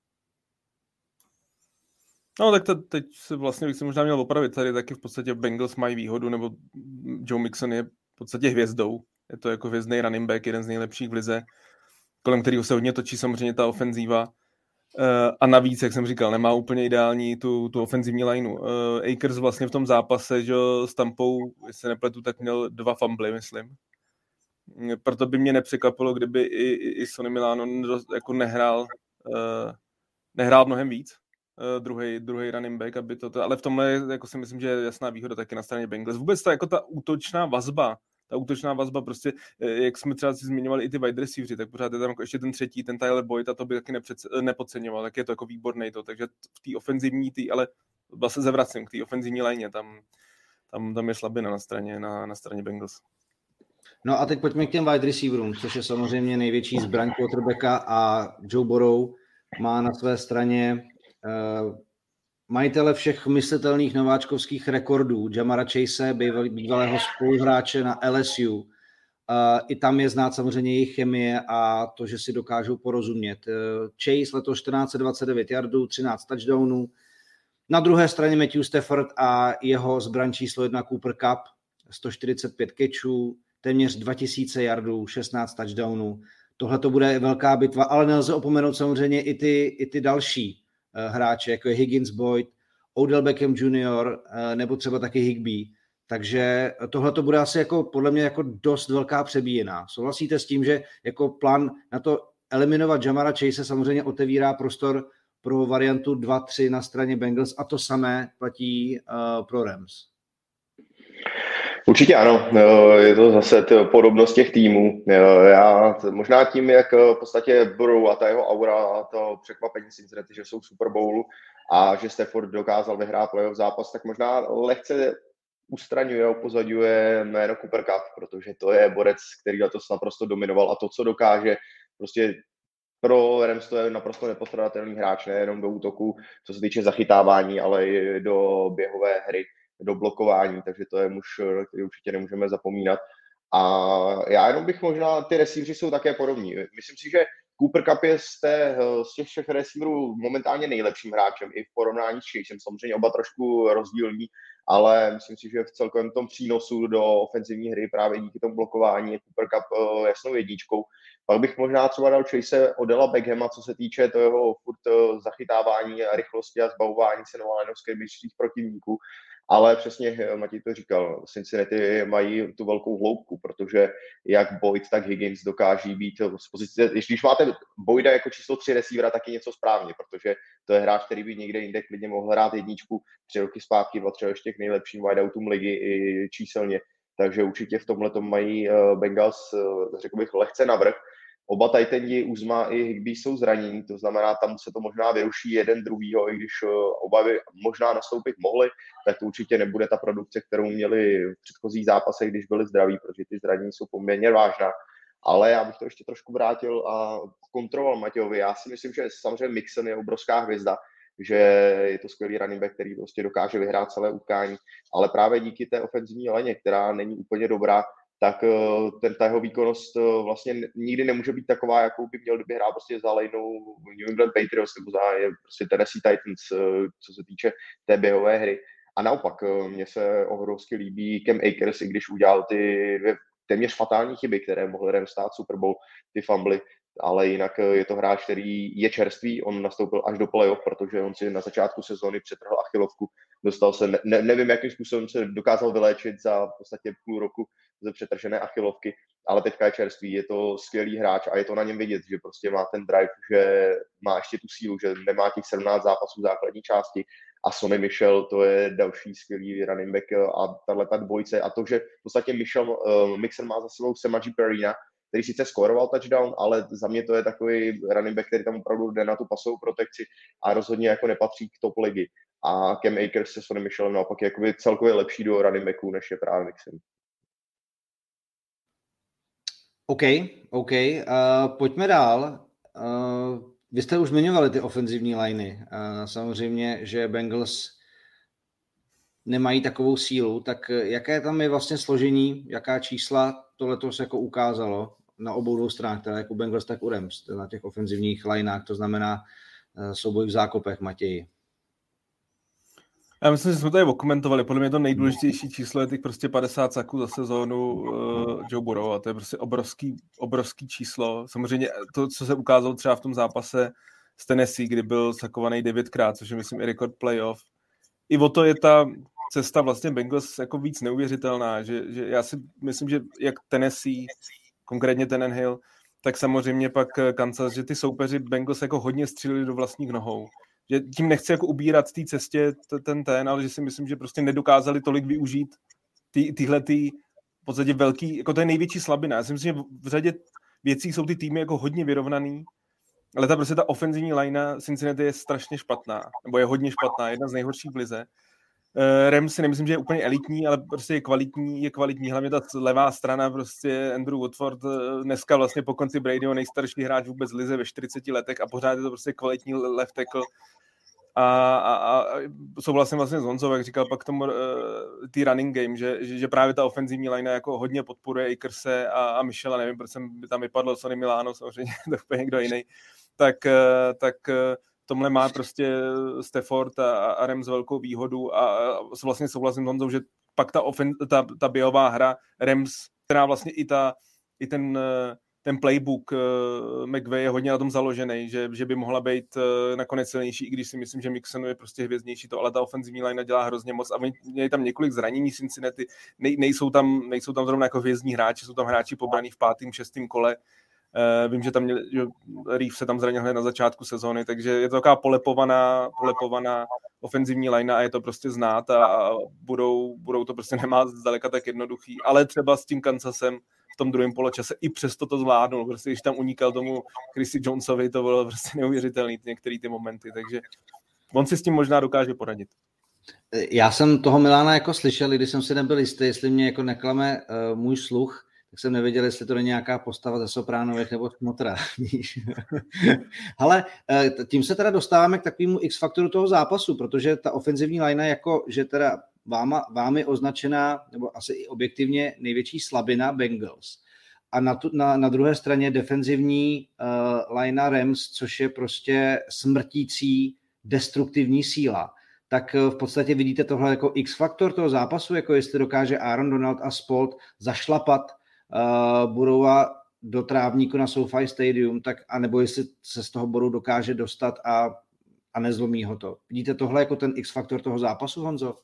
No tak to, teď se vlastně bych se možná měl opravit. Tady taky v podstatě Bengals mají výhodu, nebo Joe Mixon je v podstatě hvězdou. Je to jako hvězdný running back, jeden z nejlepších v lize, kolem kterého se hodně točí samozřejmě ta ofenzíva. A navíc, jak jsem říkal, nemá úplně ideální tu, tu ofenzivní lineu. Akers vlastně v tom zápase, že s Tampou, jestli se nepletu, tak měl dva fumbly, myslím. Proto by mě nepřekvapilo, kdyby i, i Sonny Milano jako nehrál, nehrál mnohem víc. Druhý, druhý running back, aby to, ale v tomhle jako si myslím, že je jasná výhoda taky na straně Bengals. Vůbec ta, jako ta útočná vazba, ta útočná vazba prostě, jak jsme třeba si zmiňovali i ty wide receiveri, tak pořád je tam jako ještě ten třetí, ten Tyler Boyd, a to by taky nepřece, nepodceňoval, tak je to jako výborný to, takže v té ofenzivní, tý, ale vlastně se zavracím k té ofenzivní lině, tam, tam, tam je slabina na straně, na, na straně Bengals. No a teď pojďme k těm wide receiverům, což je samozřejmě největší zbraň quarterbacka a Joe Burrow má na své straně uh, majitele všech myslitelných nováčkovských rekordů, Jamara Chase, bývalého spoluhráče na L S U. Uh, I tam je znát samozřejmě jejich chemie a to, že si dokážou porozumět. Uh, Chase letos čtrnáct set dvacet devět yardů, třináct touchdownů. Na druhé straně Matthew Stafford a jeho zbraň číslo jedna Cooper Kupp, sto čtyřicet pět catchů, téměř dva tisíce yardů, šestnáct touchdownů. Tohle to bude velká bitva, ale nelze opomenout samozřejmě i ty, i ty další uh, hráče, jako je Higgins, Boyd, Odell Beckham junior uh, nebo třeba taky Higbee. Takže tohle to bude asi jako podle mě jako dost velká přebíjená. Souhlasíte s tím, že jako plán na to eliminovat Jamara Chase samozřejmě otevírá prostor pro variantu dva tři na straně Bengals a to samé platí uh, pro Rams? Určitě ano, je to zase to podobnost těch týmů. Já možná tím, jak v podstatě Burrow a ta jeho aura a to překvapení Cincinnati, že jsou v Super Bowlu a že Stafford dokázal vyhrát playoff zápas, tak možná lehce ustraňuje, upozadňuje jméno Cooper Kupp, protože to je borec, který to naprosto dominoval a to, co dokáže, prostě pro Rams to je naprosto nepostradatelný hráč, nejenom do útoku, co se týče zachytávání, ale i do běhové hry, do blokování, takže to je muž, který určitě nemůžeme zapomínat. A já jenom bych možná, ty receiveři jsou také podobní. Myslím si, že Cooper Kupp je z, té, z těch všech receiverů momentálně nejlepším hráčem, i v porovnání s Chasem, samozřejmě oba trošku rozdílní, ale myslím si, že v celkovém tom přínosu do ofenzivní hry právě díky tomu blokování je Cooper Kupp jasnou jedničkou. Pak bych možná třeba dal Chase Odella Beckhama, co se týče toho furt zachytávání a rychlosti a zbavování se na line of scrimmage protivníků. Ale přesně Matěj to říkal, Cincinnati mají tu velkou hloubku, protože jak Boyd, tak Higgins dokáží být z pozice, když máte Boyda jako číslo tři receivera, tak je něco správně, protože to je hráč, který by někde jinde klidně mohl hrát jedničku, tři roky zpátky, dva třeba ještě k nejlepším wideoutům ligy i číselně, takže určitě v tomhle mají Bengals, řekl bych, lehce navrch. Oba Titani, Uzma i Higbee jsou zranění, to znamená, tam se to možná vyruší jeden druhýho, i když oba by možná nastoupit mohli, tak to určitě nebude ta produkce, kterou měli v předchozích zápasech, když byli zdraví, protože ty zranění jsou poměrně vážná. Ale já bych to ještě trošku vrátil a kontroloval Matějovi. Já si myslím, že samozřejmě Mixon je obrovská hvězda, že je to skvělý running back, který prostě dokáže vyhrát celé utkání, ale právě díky té ofenzivní lině, která není úplně dobrá, tak ten, ta jeho výkonnost vlastně nikdy nemůže být taková, jakou by měl, kdyby hrál prostě za lejnou New England Patriots nebo za je prostě Tennessee Titans, co se týče té běhové hry. A naopak, mně se obrovsky líbí Cam Akers, i když udělal ty dvě téměř fatální chyby, které mohly Rams stát Super Bowl, ty fumbly, ale jinak je to hráč, který je čerstvý, on nastoupil až do playoff, protože on si na začátku sezóny přetrhl achilovku, dostal se, ne, nevím, jakým způsobem se dokázal vyléčit za v podstatě půl roku ze přetržené achilovky, ale teďka je čerstvý, je to skvělý hráč a je to na něm vidět, že prostě má ten drive, že má ještě tu sílu, že nemá těch sedmnáct zápasů základní části a Sonny Michel, to je další skvělý running back a tato dvojce a to, že v podstatě Michel, uh, Mixon má za sebou Samaji Perina, který sice skóroval touchdown, ale za mě to je takový running back, který tam opravdu jde na tu pasovou protekci a rozhodně jako nepatří k top ligy. A Cam Akers se Sonny Michelem naopak je jakoby celkově lepší do running backů, než je právě Mixon. OK, OK. Uh, pojďme dál. Uh, vy jste už zmiňovali ty ofenzivní liney. Uh, samozřejmě, že Bengals nemají takovou sílu, tak jaké tam je vlastně složení, jaká čísla to letos jako ukázalo na obou dvou stranách, teda jako Bengals, tak u Rams, na těch ofenzivních lineách, to znamená uh, souboj v zákopech, Matěji. Já myslím, že jsme tady okomentovali, podle mě to nejdůležitější číslo je těch prostě padesát saků za sezónu uh, Joe Burrow a to je prostě obrovský, obrovský číslo. Samozřejmě to, co se ukázalo třeba v tom zápase s Tennessee, kdy byl sakovaný devětkrát, což je myslím i rekord playoff. I o to je ta cesta vlastně Bengals jako víc neuvěřitelná, že, že já si myslím, že jak Tennessee, konkrétně Tannenhill, tak samozřejmě pak Kansas, že ty soupeři Bengals jako hodně stříleli do vlastních nohou. Že tím nechci jako ubírat z té cestě ten ten, ale že si myslím, že prostě nedokázali tolik využít ty, tyhle ty v podstatě velký, jako to je největší slabina. Já si myslím, že v řadě věcí jsou ty týmy jako hodně vyrovnaný, ale ta prostě ta ofenzivní linea Cincinnati je strašně špatná, nebo je hodně špatná, jedna z nejhorších v lize. Uh, Rams si nemyslím, že je úplně elitní, ale prostě je kvalitní, je kvalitní, hlavně ta levá strana, prostě Andrew Watford, dneska vlastně po konci Bradyho nejstarší hráč vůbec lize ve čtyřiceti letech a pořád je to prostě kvalitní left tackle. A, a, a souhlasím vlastně s Honzou, jak říkal pak tomu uh, tý running game, že, že, že právě ta ofenzivní line jako hodně podporuje Akerse a, a Michela, nevím, proč jsem by tam vypadlo Sonny Milano, samozřejmě to úplně někdo jiný, tak, uh, tak uh, tomhle má prostě Stafford a, a Rams velkou výhodu a, a vlastně souhlasím s Honzou, že pak ta, ofen, ta, ta běhová hra Rams, která vlastně i, ta, i ten... Uh, ten playbook uh, McVay je hodně na tom založený, že, že by mohla být uh, nakonec silnější, i když si myslím, že Mixon je prostě hvězdnější to, ale ta ofenzivní line dělá hrozně moc a měli tam několik zranění Cincinnati, Nej, nejsou, tam, nejsou tam zrovna jako hvězdní hráči, jsou tam hráči pobraný v pátém, šestém kole. Uh, vím, že tam měl, že Reeves se tam zranil hned na začátku sezóny, takže je to taková polepovaná, polepovaná ofenzivní line a je to prostě znát a, a budou, budou to prostě nemá zdaleka tak jednoduchý, ale třeba s tím Kansasem v tom druhém poločase i přesto to zvládnul. Prostě když tam unikal tomu Chrissy Jonesovi, to bylo prostě neuvěřitelný některé ty momenty, takže on si s tím možná dokáže poradit. Já jsem toho Milána jako slyšel, když jsem si nebyl jistý, jestli mě jako neklame uh, můj sluch, tak jsem nevěděl, jestli to není nějaká postava ze Sopránových nebo Smotra. Ale uh, tím se teda dostáváme k takovému X-faktoru toho zápasu, protože ta ofenzivní line jako, že teda Váma, vámi označená, nebo asi i objektivně největší slabina Bengals. A na, tu, na, na druhé straně defenzivní uh, linea Rams, což je prostě smrtící, destruktivní síla. Tak uh, v podstatě vidíte tohle jako X-faktor toho zápasu, jako jestli dokáže Aaron Donald a Spolt zašlapat uh, Burrowa do trávníku na SoFi Stadium, tak, anebo jestli se z toho bodu dokáže dostat a, a nezlomí ho to. Vidíte tohle jako ten X-faktor toho zápasu, Honzo?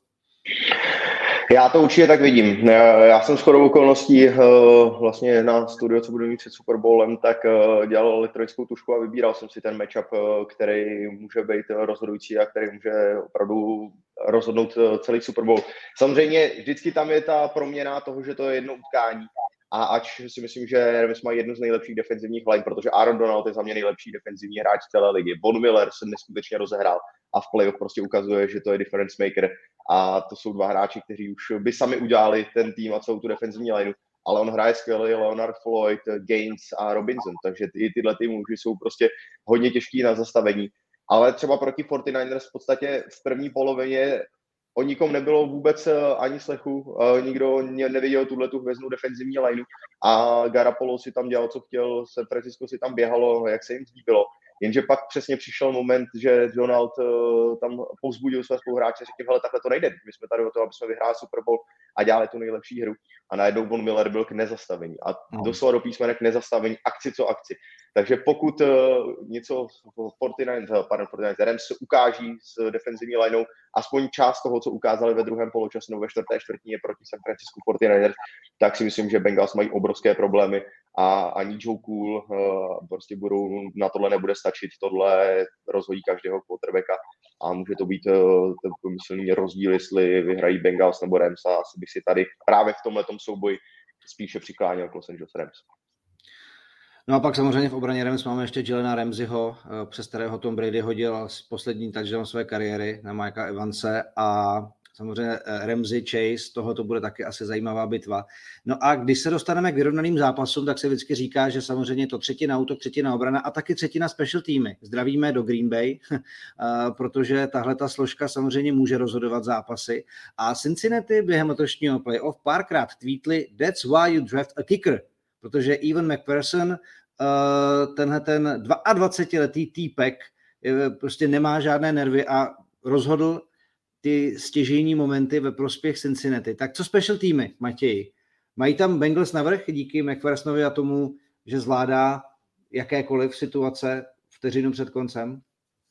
Já to určitě tak vidím. Já jsem shodou okolností vlastně na studiu, co budu mít před Super Bowlem, tak dělal elektronickou tušku a vybíral jsem si ten matchup, který může být rozhodující a který může opravdu rozhodnout celý Super Bowl. Samozřejmě vždycky tam je ta proměna toho, že to je jedno utkání. A ač si myslím, že Rams mají jednu z nejlepších defenzivních line, protože Aaron Donald je za mě nejlepší defenzivní hráč celé ligy. Von Miller se neskutečně rozehrál a v playoff prostě ukazuje, že to je difference maker. A to jsou dva hráči, kteří už by sami udělali ten tým a celou tu defenzivní lineu. Ale on hraje skvěle, Leonard Floyd, Gaines a Robinson, takže i tyhle ty muži jsou prostě hodně těžký na zastavení. Ale třeba proti čtyřicátým v podstatě v první polovině o nikom nebylo vůbec ani slechu, nikdo neviděl tuhletu hvězdnou defenzivní lineu a Garoppolo si tam dělal, co chtěl, San Francisco si tam běhalo, jak se jim líbilo. Jenže pak přesně přišel moment, že Donald uh, tam povzbudil své spoluhráče, řekl, hele, takhle to nejde, my jsme tady o to, aby jsme vyhráli Super Bowl a dělali tu nejlepší hru. A najednou Von Miller byl k nezastavení a no. doslova do písmene k nezastavení, akci co akci. Takže pokud uh, něco čtyřicátým, pardon, čtyřicátým Rams se ukáží s defenzivní lineou, aspoň část toho, co ukázali ve druhém poločasu nebo ve čtvrté čtvrtině proti San Francisco čtyřicátým, tak si myslím, že Bengals mají obrovské problémy a ani Joe Cool uh, prostě budou, na tohle nebude stačit, tohle rozhodí každého quarterbacka a může to být uh, pomyslný rozdíl, jestli vyhrají Bengals nebo Rams a asi bych si tady právě v tomhletom souboji spíše přikláněl k Los Angeles Rams. No a pak samozřejmě v obraně Rams máme ještě Jalena Ramseyho, přes kterého Tom Brady hodil poslední touchdown své kariéry na Mikea Evanse a samozřejmě Ramsey Chase, toho to bude taky asi zajímavá bitva. No a když se dostaneme k vyrovnaným zápasům, tak se vždycky říká, že samozřejmě to třetina útok, třetina obrana a taky třetina special týmy. Zdravíme do Green Bay, protože tahle ta složka samozřejmě může rozhodovat zápasy. A Cincinnati během letošního playoff párkrát tweetli "That's why you draft a kicker", protože Evan McPherson, tenhle ten dvacetiletý týpek, prostě nemá žádné nervy a rozhodl ty stěžejní momenty ve prospěch Cincinnati. Tak co special týmy, Matěji? Mají tam Bengals navrch díky McPhersonovi a tomu, že zvládá jakékoliv situace vteřinu před koncem?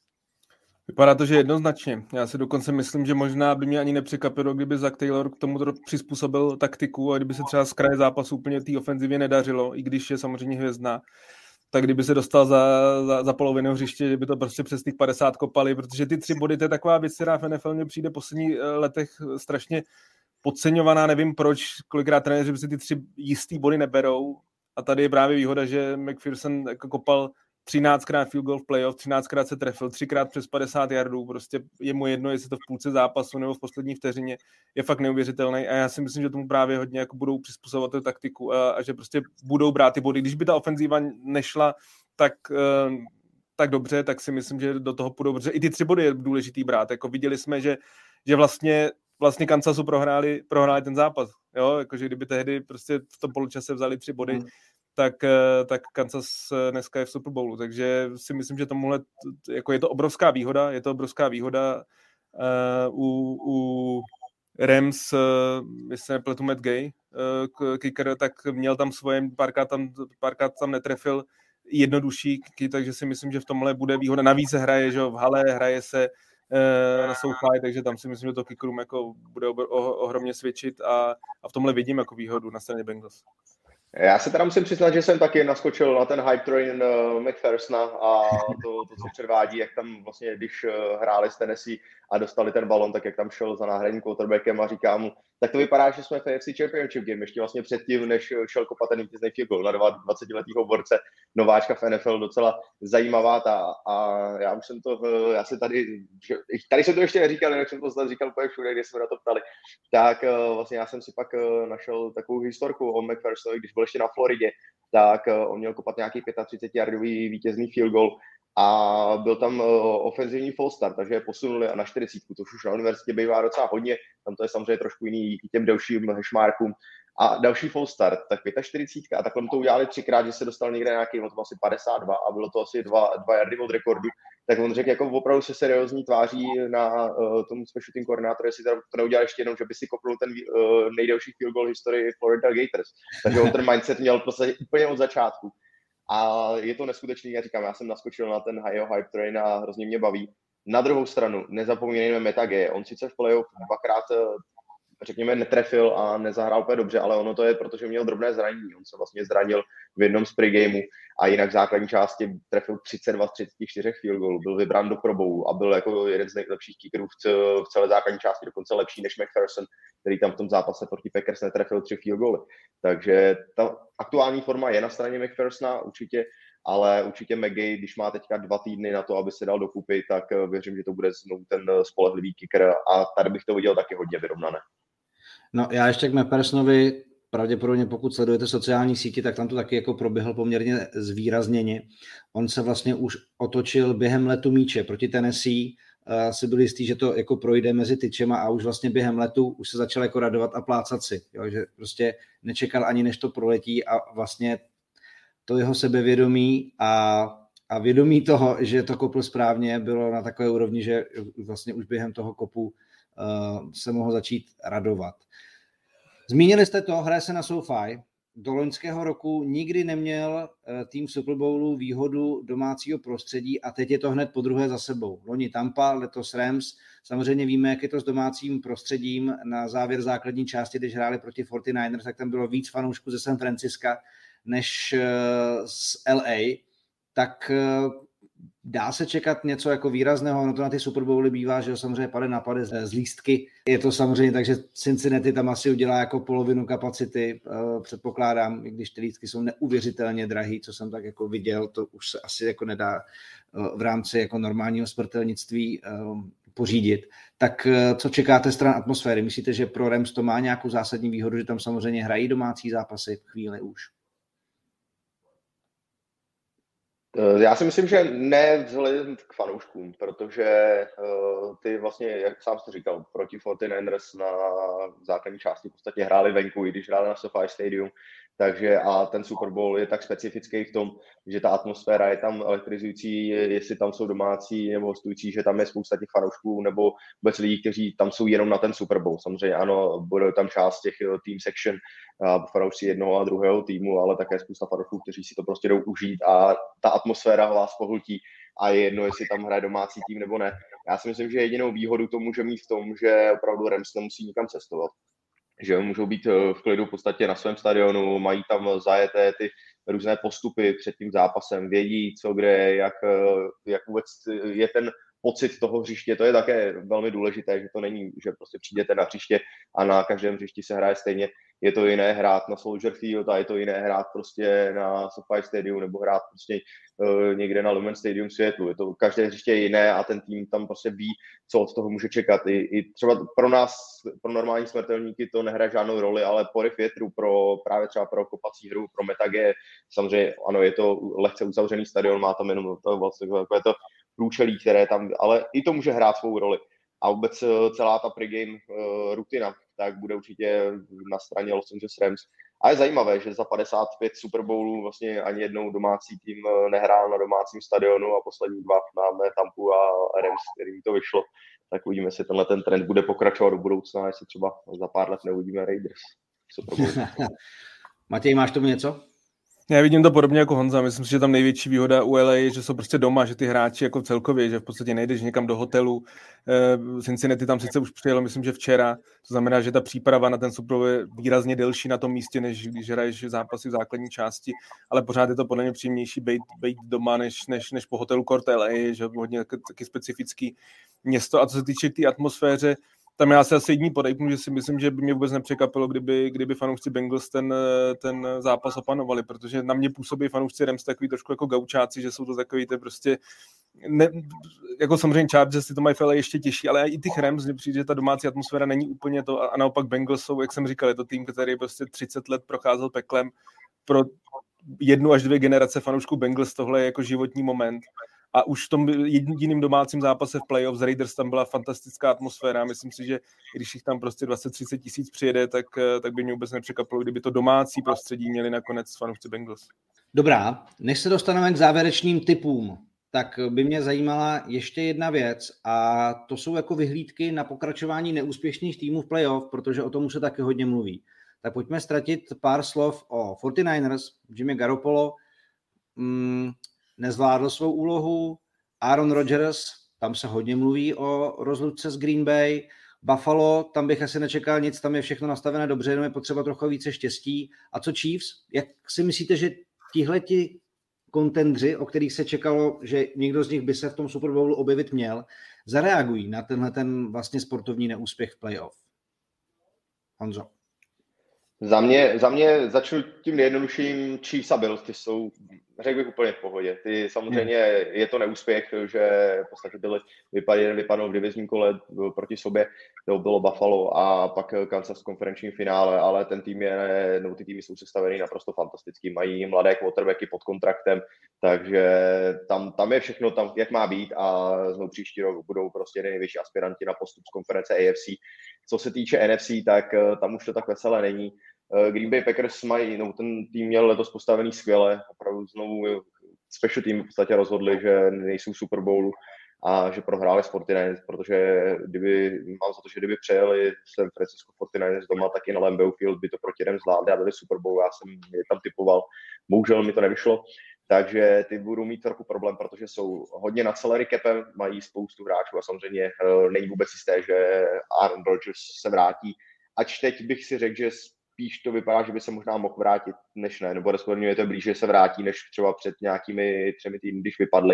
Vypadá to, že jednoznačně. Já si dokonce myslím, že možná by mě ani nepřekvapilo, kdyby Zach Taylor k tomu přizpůsobil taktiku a kdyby se třeba z kraje zápasu úplně té ofenzivě nedařilo, i když je samozřejmě hvězdná, tak kdyby se dostal za, za, za polovinu hřiště, že by to prostě přes těch padesát kopali, protože ty tři body, to je taková věc, která v N F L mě přijde v posledních letech strašně podceňovaná, nevím proč, kolikrát trenéři si ty tři jistý body neberou a tady je právě výhoda, že McPherson jako kopal třináctkrát field goal v playoff, třináctkrát se trefil, třikrát přes padesát yardů, prostě je mu jedno, jestli to v půlce zápasu nebo v poslední vteřině, je fakt neuvěřitelný a já si myslím, že tomu právě hodně jako budou přizpůsobovat tu taktiku a, a že prostě budou brát ty body. Když by ta ofenzíva nešla, tak, tak dobře, tak si myslím, že do toho půjdou, protože i ty tři body je důležitý brát. Jako viděli jsme, že, že vlastně, vlastně Kansasu prohráli, prohráli ten zápas. Jo? Jakože kdyby tehdy prostě v tom poločase vzali tři body, hmm. tak, tak Kansas dneska je v Super Bowlu. Takže si myslím, že tomuhle, jako je to obrovská výhoda, je to obrovská výhoda uh, u, u Rams, uh, jestli se nepletu Matt Gay, uh, kicker, tak měl tam svoje, párkrát tam, párkrát tam netrefil jednodušší, takže si myslím, že v tomhle bude výhoda. Navíc se hraje, že v hale, hraje se uh, na SoFi, takže tam si myslím, že to kickerům jako bude ohromně svědčit a, a v tomhle vidím jako výhodu na straně Bengals. Já se teda musím přiznat, že jsem taky naskočil na ten hype train uh, McPhersona a to, to, co předvádí, jak tam vlastně, když uh, hráli s Tennessee a dostali ten balon, tak jak tam šel za náhradním quarterbackem a říká mu, tak to vypadá, že jsme v A F C Championship Game, ještě vlastně předtím, než šel kopat ten vítězný field goal na dvacetiletýho borce, nováčka v N F L, docela zajímavá ta, a já už jsem to, uh, já se tady, tady jsem to ještě neříkal, jak jsem to zde říkal úplně všude, kde jsme na to ptali, tak uh, vlastně já jsem si pak uh, našel takovou historku o McPhersonovi, když byl ještě na Floridě, tak uh, on měl kopat nějaký třicetipětiyardový vítězný field goal a byl tam uh, ofenzivní false start, takže je posunuli na čtyřicítku, což už na univerzitě bývá docela hodně, tam to je samozřejmě trošku jiný díky těm delším hashmarkům. A další false start, tak čtyřicítka a takhle to udělali třikrát, že se dostal někde nějaký, on to asi padesát dva a bylo to asi dva, dva yardy od rekordu, tak on řekl, jako opravdu se seriózní tváří na uh, tomu special team koordinátoru, jestli to neudělal ještě jenom, že by si kopnul ten uh, nejdelší field goal historii Florida Gators. Takže on ten mindset měl prostě úplně od začátku. A je to neskutečný, já říkám, já jsem naskočil na ten jeho hype train a hrozně mě baví. Na druhou stranu, nezapomínejme Meta G, on sice v playoff dvakrát, řekněme, netrefil a nezahrál úplně dobře, ale ono to je, protože měl drobné zranění. On se vlastně zranil v jednom z pregameu a jinak v základní části trefil třicet dva z třicet čtyři field goalů, byl vybrán do Pro Bowlu a byl jako jeden z nejlepších kickerů v celé základní části, dokonce lepší než McPherson, který tam v tom zápase proti Packers netrefil tři field goaly. Takže ta aktuální forma je na straně McPhersona určitě, ale určitě McGay, když má teďka dva týdny na to, aby se dal dokupy, tak věřím, že to bude znovu ten spolehlivý kicker a tady bych to viděl taky hodně vyrovnané. No já ještě k McPhersonovi, pravděpodobně pokud sledujete sociální sítě, tak tam to taky jako proběhl poměrně zvýrazněně. On se vlastně už otočil během letu míče proti Tennessee, uh, si byl jistý, že to jako projde mezi tyčema a už vlastně během letu už se začal jako radovat a plácat si, jo? Že prostě nečekal ani než to proletí a vlastně to jeho sebevědomí a, a vědomí toho, že to kopl správně, bylo na takové úrovni, že vlastně už během toho kopu uh, se mohl začít radovat. Zmínili jste to, hraje se na SoFi. Do loňského roku nikdy neměl tým Super Bowlu výhodu domácího prostředí a teď je to hned po druhé za sebou. Loni Tampa, letos Rams. Samozřejmě víme, jak je to s domácím prostředím. Na závěr základní části, když hráli proti čtyřicátým deváté, tak tam bylo víc fanoušků ze San Francisca než z L A. Tak dá se čekat něco jako výrazného, ono to na ty Super Bowly bývá, že jo, samozřejmě pade na pade z lístky. Je to samozřejmě tak, že Cincinnati tam asi udělá jako polovinu kapacity, předpokládám, i když ty lístky jsou neuvěřitelně drahý, co jsem tak jako viděl, to už se asi jako nedá v rámci jako normálního smrtelnictví pořídit. Tak co čekáte stran atmosféry? Myslíte, že pro Rams to má nějakou zásadní výhodu, že tam samozřejmě hrají domácí zápasy v chvíli už? Já si myslím, že ne vzhledem k fanouškům, protože uh, ty vlastně, jak sám jste říkal, proti čtyřicátým deváté na základní části v podstatě hráli venku, i když hráli na SoFi Stadium, takže a ten Super Bowl je tak specifický v tom, že ta atmosféra je tam elektrizující, jestli tam jsou domácí nebo hostující, že tam je spousta těch fanoušků nebo vůbec lidí, kteří tam jsou jenom na ten Super Bowl. Samozřejmě ano, bude tam část těch team section, fanoušci jednoho a druhého týmu, ale také spousta fanoušků, kteří si to prostě jdou užít a ta atmosféra vás pohltí a je jedno, jestli tam hraje domácí tým nebo ne. Já si myslím, že jedinou výhodu to může mít v tom, že opravdu Rams nemusí nikam cestovat. Že můžou být v klidu v podstatě na svém stadionu, mají tam zajeté ty různé postupy před tím zápasem, vědí, co kde, jak, jak vůbec je ten pocit toho hřiště, to je také velmi důležité, že to není, že prostě přijdete na hřiště a na každém hřišti se hraje stejně. je to jiné hrát na Soldier Field a je to jiné hrát prostě na SoFi Stadium nebo hrát prostě uh, někde na Lumen Stadium v Seattleu. Je to každé hřiště je jiné a ten tým tam prostě ví, co od toho může čekat. I, i třeba pro nás, pro normální smrtelníky to nehraje žádnou roli, ale po riff větru, pro právě třeba pro kopací hru, pro Metage, samozřejmě ano, je to lehce uzavřený stadion, má tam jenom to vlastně takové to průčelí, které tam, ale i to může hrát svou roli. A vůbec celá ta pregame uh, rutina, tak bude určitě na straně Los Angeles Rams. A je zajímavé, že za padesát pět Super Bowlů vlastně ani jednou domácí tým nehrál na domácím stadionu a poslední dva máme Tampu a Rams, kterým to vyšlo. Tak uvidíme, jestli tenhle ten trend bude pokračovat do budoucna, jestli třeba za pár let neuvidíme Raiders. Matěj, máš tomu něco? Já vidím to podobně jako Honza. Myslím si, že tam největší výhoda u L A je, že jsou prostě doma, že ty hráči jako celkově, že v podstatě nejdeš někam do hotelu. Cincinnati tam sice už přijelo, myslím, že včera. To znamená, že ta příprava na ten Super Bowl je výrazně delší na tom místě, než když hraješ zápasy v základní části, ale pořád je to podle mě příjemnější být, být doma, než, než, než po hotelu Court L A, že hodně taky specifický město. A co se týče té tý atmosféře, tam já se asi jediný podejpnu, že si myslím, že by mě vůbec nepřekvapilo, kdyby, kdyby fanoušci Bengals ten, ten zápas opanovali, protože na mě působí fanoušci Rams takový trošku jako gaučáci, že jsou to takový ty prostě, ne, jako samozřejmě Chargers si to mají v L A ještě těžší, ale i těch Rams, mně přijde, že ta domácí atmosféra není úplně to a naopak Bengals jsou, jak jsem říkal, je to tým, který prostě třicet let procházel peklem. Pro jednu až dvě generace fanoušků Bengals tohle je jako životní moment. A už v tom jediným domácím zápase v playoff z Raiders tam byla fantastická atmosféra. Myslím si, že když jich tam prostě dvacet třicet tisíc přijede, tak, tak by mě vůbec nepřekvapilo, kdyby to domácí prostředí měli nakonec fanoušci Bengals. Dobrá, než se dostaneme k závěrečným tipům, tak by mě zajímala ještě jedna věc a to jsou jako vyhlídky na pokračování neúspěšných týmů v playoff, protože o tom se taky hodně mluví. Tak pojďme ztratit pár slov o forty-niners. Jimmy Garoppolo mm, nezvládl svou úlohu. Aaron Rodgers, tam se hodně mluví o rozlučce s Green Bay. Buffalo, tam bych asi nečekal nic, tam je všechno nastavené dobře, jenom je potřeba trochu více štěstí. A co Chiefs? Jak si myslíte, že tihleti kontendři, o kterých se čekalo, že někdo z nich by se v tom Super Bowlu objevit měl, zareagují na tenhle ten vlastně sportovní neúspěch v playoff? Honzo. Za mě, za mě začnu tím nejjednodušším. Chiefs a Bills, ty jsou, řekl bych, úplně v pohodě. Ty samozřejmě je to neúspěch, že v podstatě byli, vypad, jeden vypadl v divizním kole proti sobě, to bylo Buffalo a pak Kansas v konferenčním finále, ale ten tým je, no ty týmy jsou sestavený naprosto fantasticky, mají mladé quarterbacky pod kontraktem, takže tam, tam je všechno tam, jak má být a znovu příští rok budou prostě největší aspiranti na postup z konference A F C. Co se týče N F C, tak tam už to tak veselé není. Green Bay Packers mají, no ten tým měl letos postavený skvěle, opravdu znovu special team v podstatě rozhodli, že nejsou v Super Bowlu a že prohráli s forty-niners, protože kdyby, mám za to, že kdyby přejeli San Francisco forty-niners doma, tak i na Lambeau Field by to proti Rams zvládli a byli Super Bowl, já jsem je tam typoval, bohužel mi to nevyšlo, takže ty budou mít trochu problém, protože jsou hodně nad salary capem, mají spoustu hráčů a samozřejmě není vůbec jisté, že Aaron Rodgers se vrátí, ač teď bych si řekl, že spíš to vypadá, že by se možná mohl vrátit, než ne, nebo respektive je to blíž, že se vrátí, než třeba před nějakými třemi týdny, když vypadli,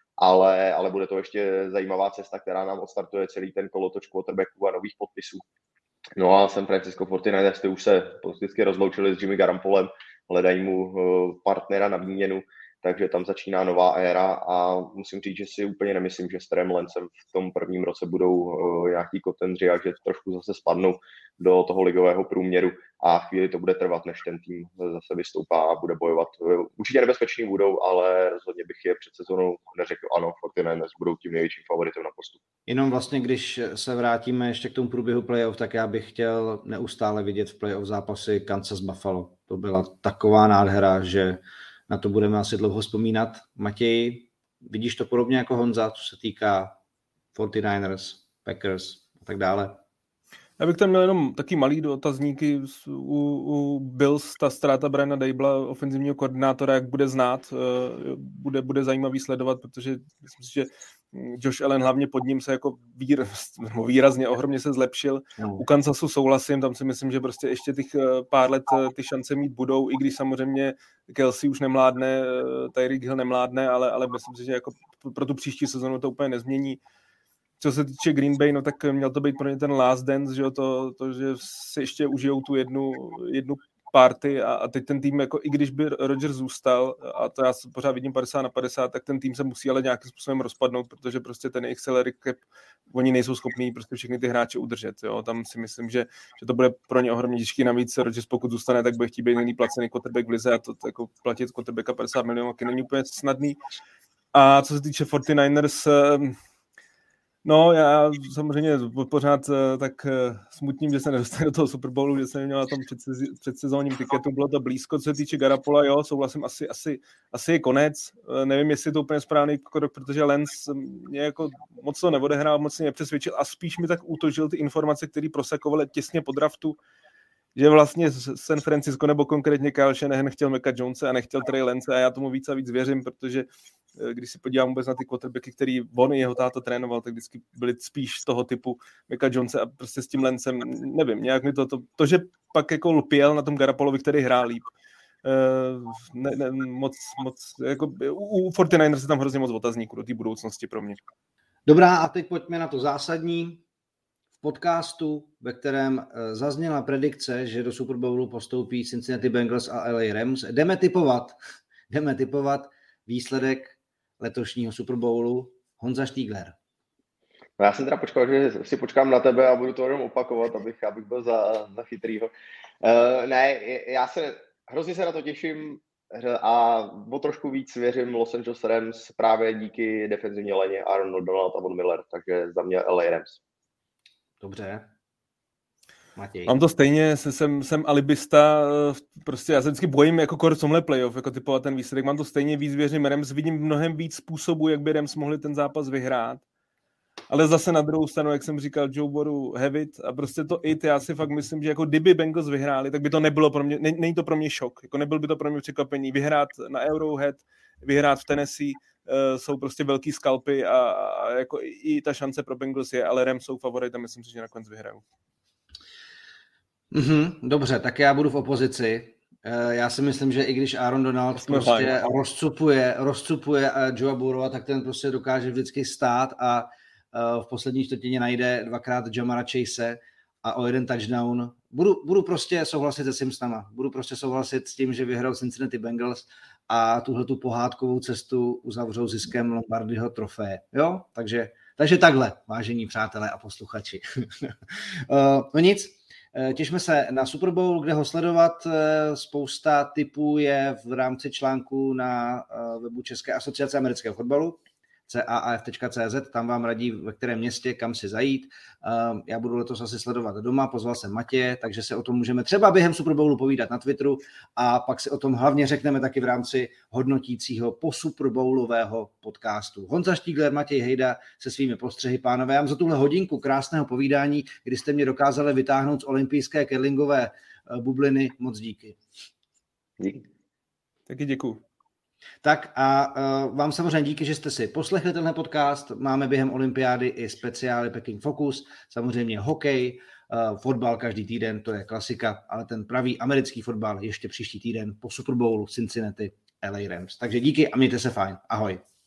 ale, ale bude to ještě zajímavá cesta, která nám odstartuje celý ten kolotoč quarterbacků a nových podpisů. No a San Francisco forty-niners ty už se politicky rozloučili s Jimmy Garoppolem, hledají mu partnera na výměnu, takže tam začíná nová éra a musím říct, že si úplně nemyslím, že s Trem Lancem v tom prvním roce budou uh, nějaký kontendři a že trošku zase spadnou do toho ligového průměru a chvíli to bude trvat, než ten tým zase vystoupá a bude bojovat. Určitě nebezpeční budou, ale rozhodně bych je před sezónou neřekl, ano, forty-niners budou tím největším favoritem na postup. Jenom vlastně, když se vrátíme ještě k tomu průběhu playoff, tak já bych chtěl neustále vidět v playoff zápasy Kansas Buffalo. To byla taková nádhera, že na to budeme asi dlouho vzpomínat. Matěj, vidíš to podobně jako Honza, co se týká forty-niners, Packers a tak dále? Já bych tam měl jenom taky malý dotazníky u, u Bills, ta ztráta Briana Dabolla, ofenzivního koordinátora, jak bude znát, bude, bude zajímavý sledovat, protože myslím si, že Josh Allen hlavně pod ním se jako výr, výrazně, ohromně se zlepšil. No. U Kansasu souhlasím, tam si myslím, že prostě ještě těch pár let ty šance mít budou, i když samozřejmě Kelsey už nemládne, Tyreek Hill nemládne, ale, ale myslím si, že jako pro tu příští sezonu to úplně nezmění. co se týče Green Bay, no tak měl to být pro ně ten last dance, že jo, to, to, že si ještě užijou tu jednu, jednu party a, a teď ten tým, jako i když by Rodgers zůstal, a to já pořád vidím padesát na padesát, tak ten tým se musí ale nějakým způsobem rozpadnout, protože prostě ten jejich salary cap, oni nejsou schopní prostě všechny ty hráče udržet, jo, tam si myslím, že, že to bude pro ně ohromně těžký, navíc Rodgers pokud zůstane, tak bude chtít být nejlíp placený quarterback v lize a to jako platit quarterbacka padesát milionů, taky není úplně snadný. A co se týče čtyřicátých ers, no, já samozřejmě pořád tak smutním, že se nedostane do toho Super Bowlu, že jsem měl na tom předsezónním tiketu, bylo to blízko. Co se týče Garopola, jo, souhlasím, asi, asi, asi je konec. Nevím, jestli je to úplně správný krok, protože Lens mě jako moc to neodehrál, moc mě nepřesvědčil a spíš mi tak útočil ty informace, které prosakovaly těsně po draftu, že vlastně San Francisco nebo konkrétně Kyle Shanahan chtěl Micah Jonese a nechtěl Trey Lance a já tomu víc a víc věřím, protože když si podívám vůbec na ty quarterbacky, který on i jeho táta trénoval, tak vždycky byli spíš z toho typu Micah Jonese a prostě s tím Lancem, nevím, nějak mi to, to, to že pak jako lpěl na tom Garapolovi, který hrál líp. Ne, ne, moc, moc, jako, u čtyřicátých ers je tam hrozně moc otazníků do té budoucnosti pro mě. Dobrá, a teď pojďme na to zásadní. V podcastu, ve kterém zazněla predikce, že do Super Bowlu postoupí Cincinnati Bengals a L A Rams, jdeme typovat, jdeme typovat výsledek letošního Super Bowlu. Honza Štígler. No já jsem teda počkal, že si počkám na tebe a budu to jenom opakovat, abych, abych byl za, za chytrýho. Uh, ne, já se hrozně se na to těším a o trošku víc věřím Los Angeles Rams právě díky defenzivní léně Aaron Donald a Von Miller, takže za mě L A Rams. Dobře. Matěj. Mám to stejně, jsem, jsem alibista, prostě já se vždycky bojím jako kor tomhle playoff, jako typovat ten výsledek, mám to stejně víc věřím Rams, vidím mnohem víc způsobů, jak by Rams mohli ten zápas vyhrát, ale zase na druhou stranu, jak jsem říkal, Joe Burrow have it a prostě to it, já si fakt myslím, že jako kdyby Bengals vyhráli, tak by to nebylo pro mě, ne, není to pro mě šok, jako nebyl by to pro mě překvapení, vyhrát na Arrowhead, vyhrát v Tennessee, uh, jsou prostě velký skalpy a, a jako i, i ta šance pro Bengals je, ale Rams jsou favorit a myslím si, že nakonec vyhrajou. Mm-hmm, dobře, tak já budu v opozici. Já si myslím, že i když Aaron Donald Jsme prostě fajn. rozcupuje, rozcupuje Joea Burrowa, tak ten prostě dokáže vždycky stát a v poslední čtvrtině najde dvakrát Jamara Chase a o jeden touchdown. Budu, budu prostě souhlasit se Simpsonama. Budu prostě souhlasit s tím, že vyhrál Cincinnati Bengals a tuhletu pohádkovou cestu uzavřou ziskem Lombardyho trofeje. Jo? Takže, takže takhle, vážení přátelé a posluchači. No nic. Těšme se na Super Bowl, kde ho sledovat. Spousta tipů je v rámci článku na webu České asociace amerického fotbalu c a a f tečka c z, tam vám radí, ve kterém městě, kam si zajít. Já budu letos asi sledovat doma, pozval jsem Matěje, takže se o tom můžeme třeba během Super Bowlu povídat na Twitteru a pak si o tom hlavně řekneme taky v rámci hodnotícího po Super Bowlového podcastu. Honza Štígler, Matěj Hejda se svými postřehy. Pánové, já vám za tuhle hodinku krásného povídání, kdy jste mě dokázali vytáhnout z olympijské curlingové bubliny, moc díky. Díky. Taky děkuju. Tak a uh, vám samozřejmě díky, že jste si poslechli tenhle podcast. Máme během olympiády i speciály Peking Focus, samozřejmě hokej, uh, fotbal každý týden, to je klasika, ale ten pravý americký fotbal ještě příští týden po Super Bowlu Cincinnati L A Rams. Takže díky a mějte se fajn. Ahoj.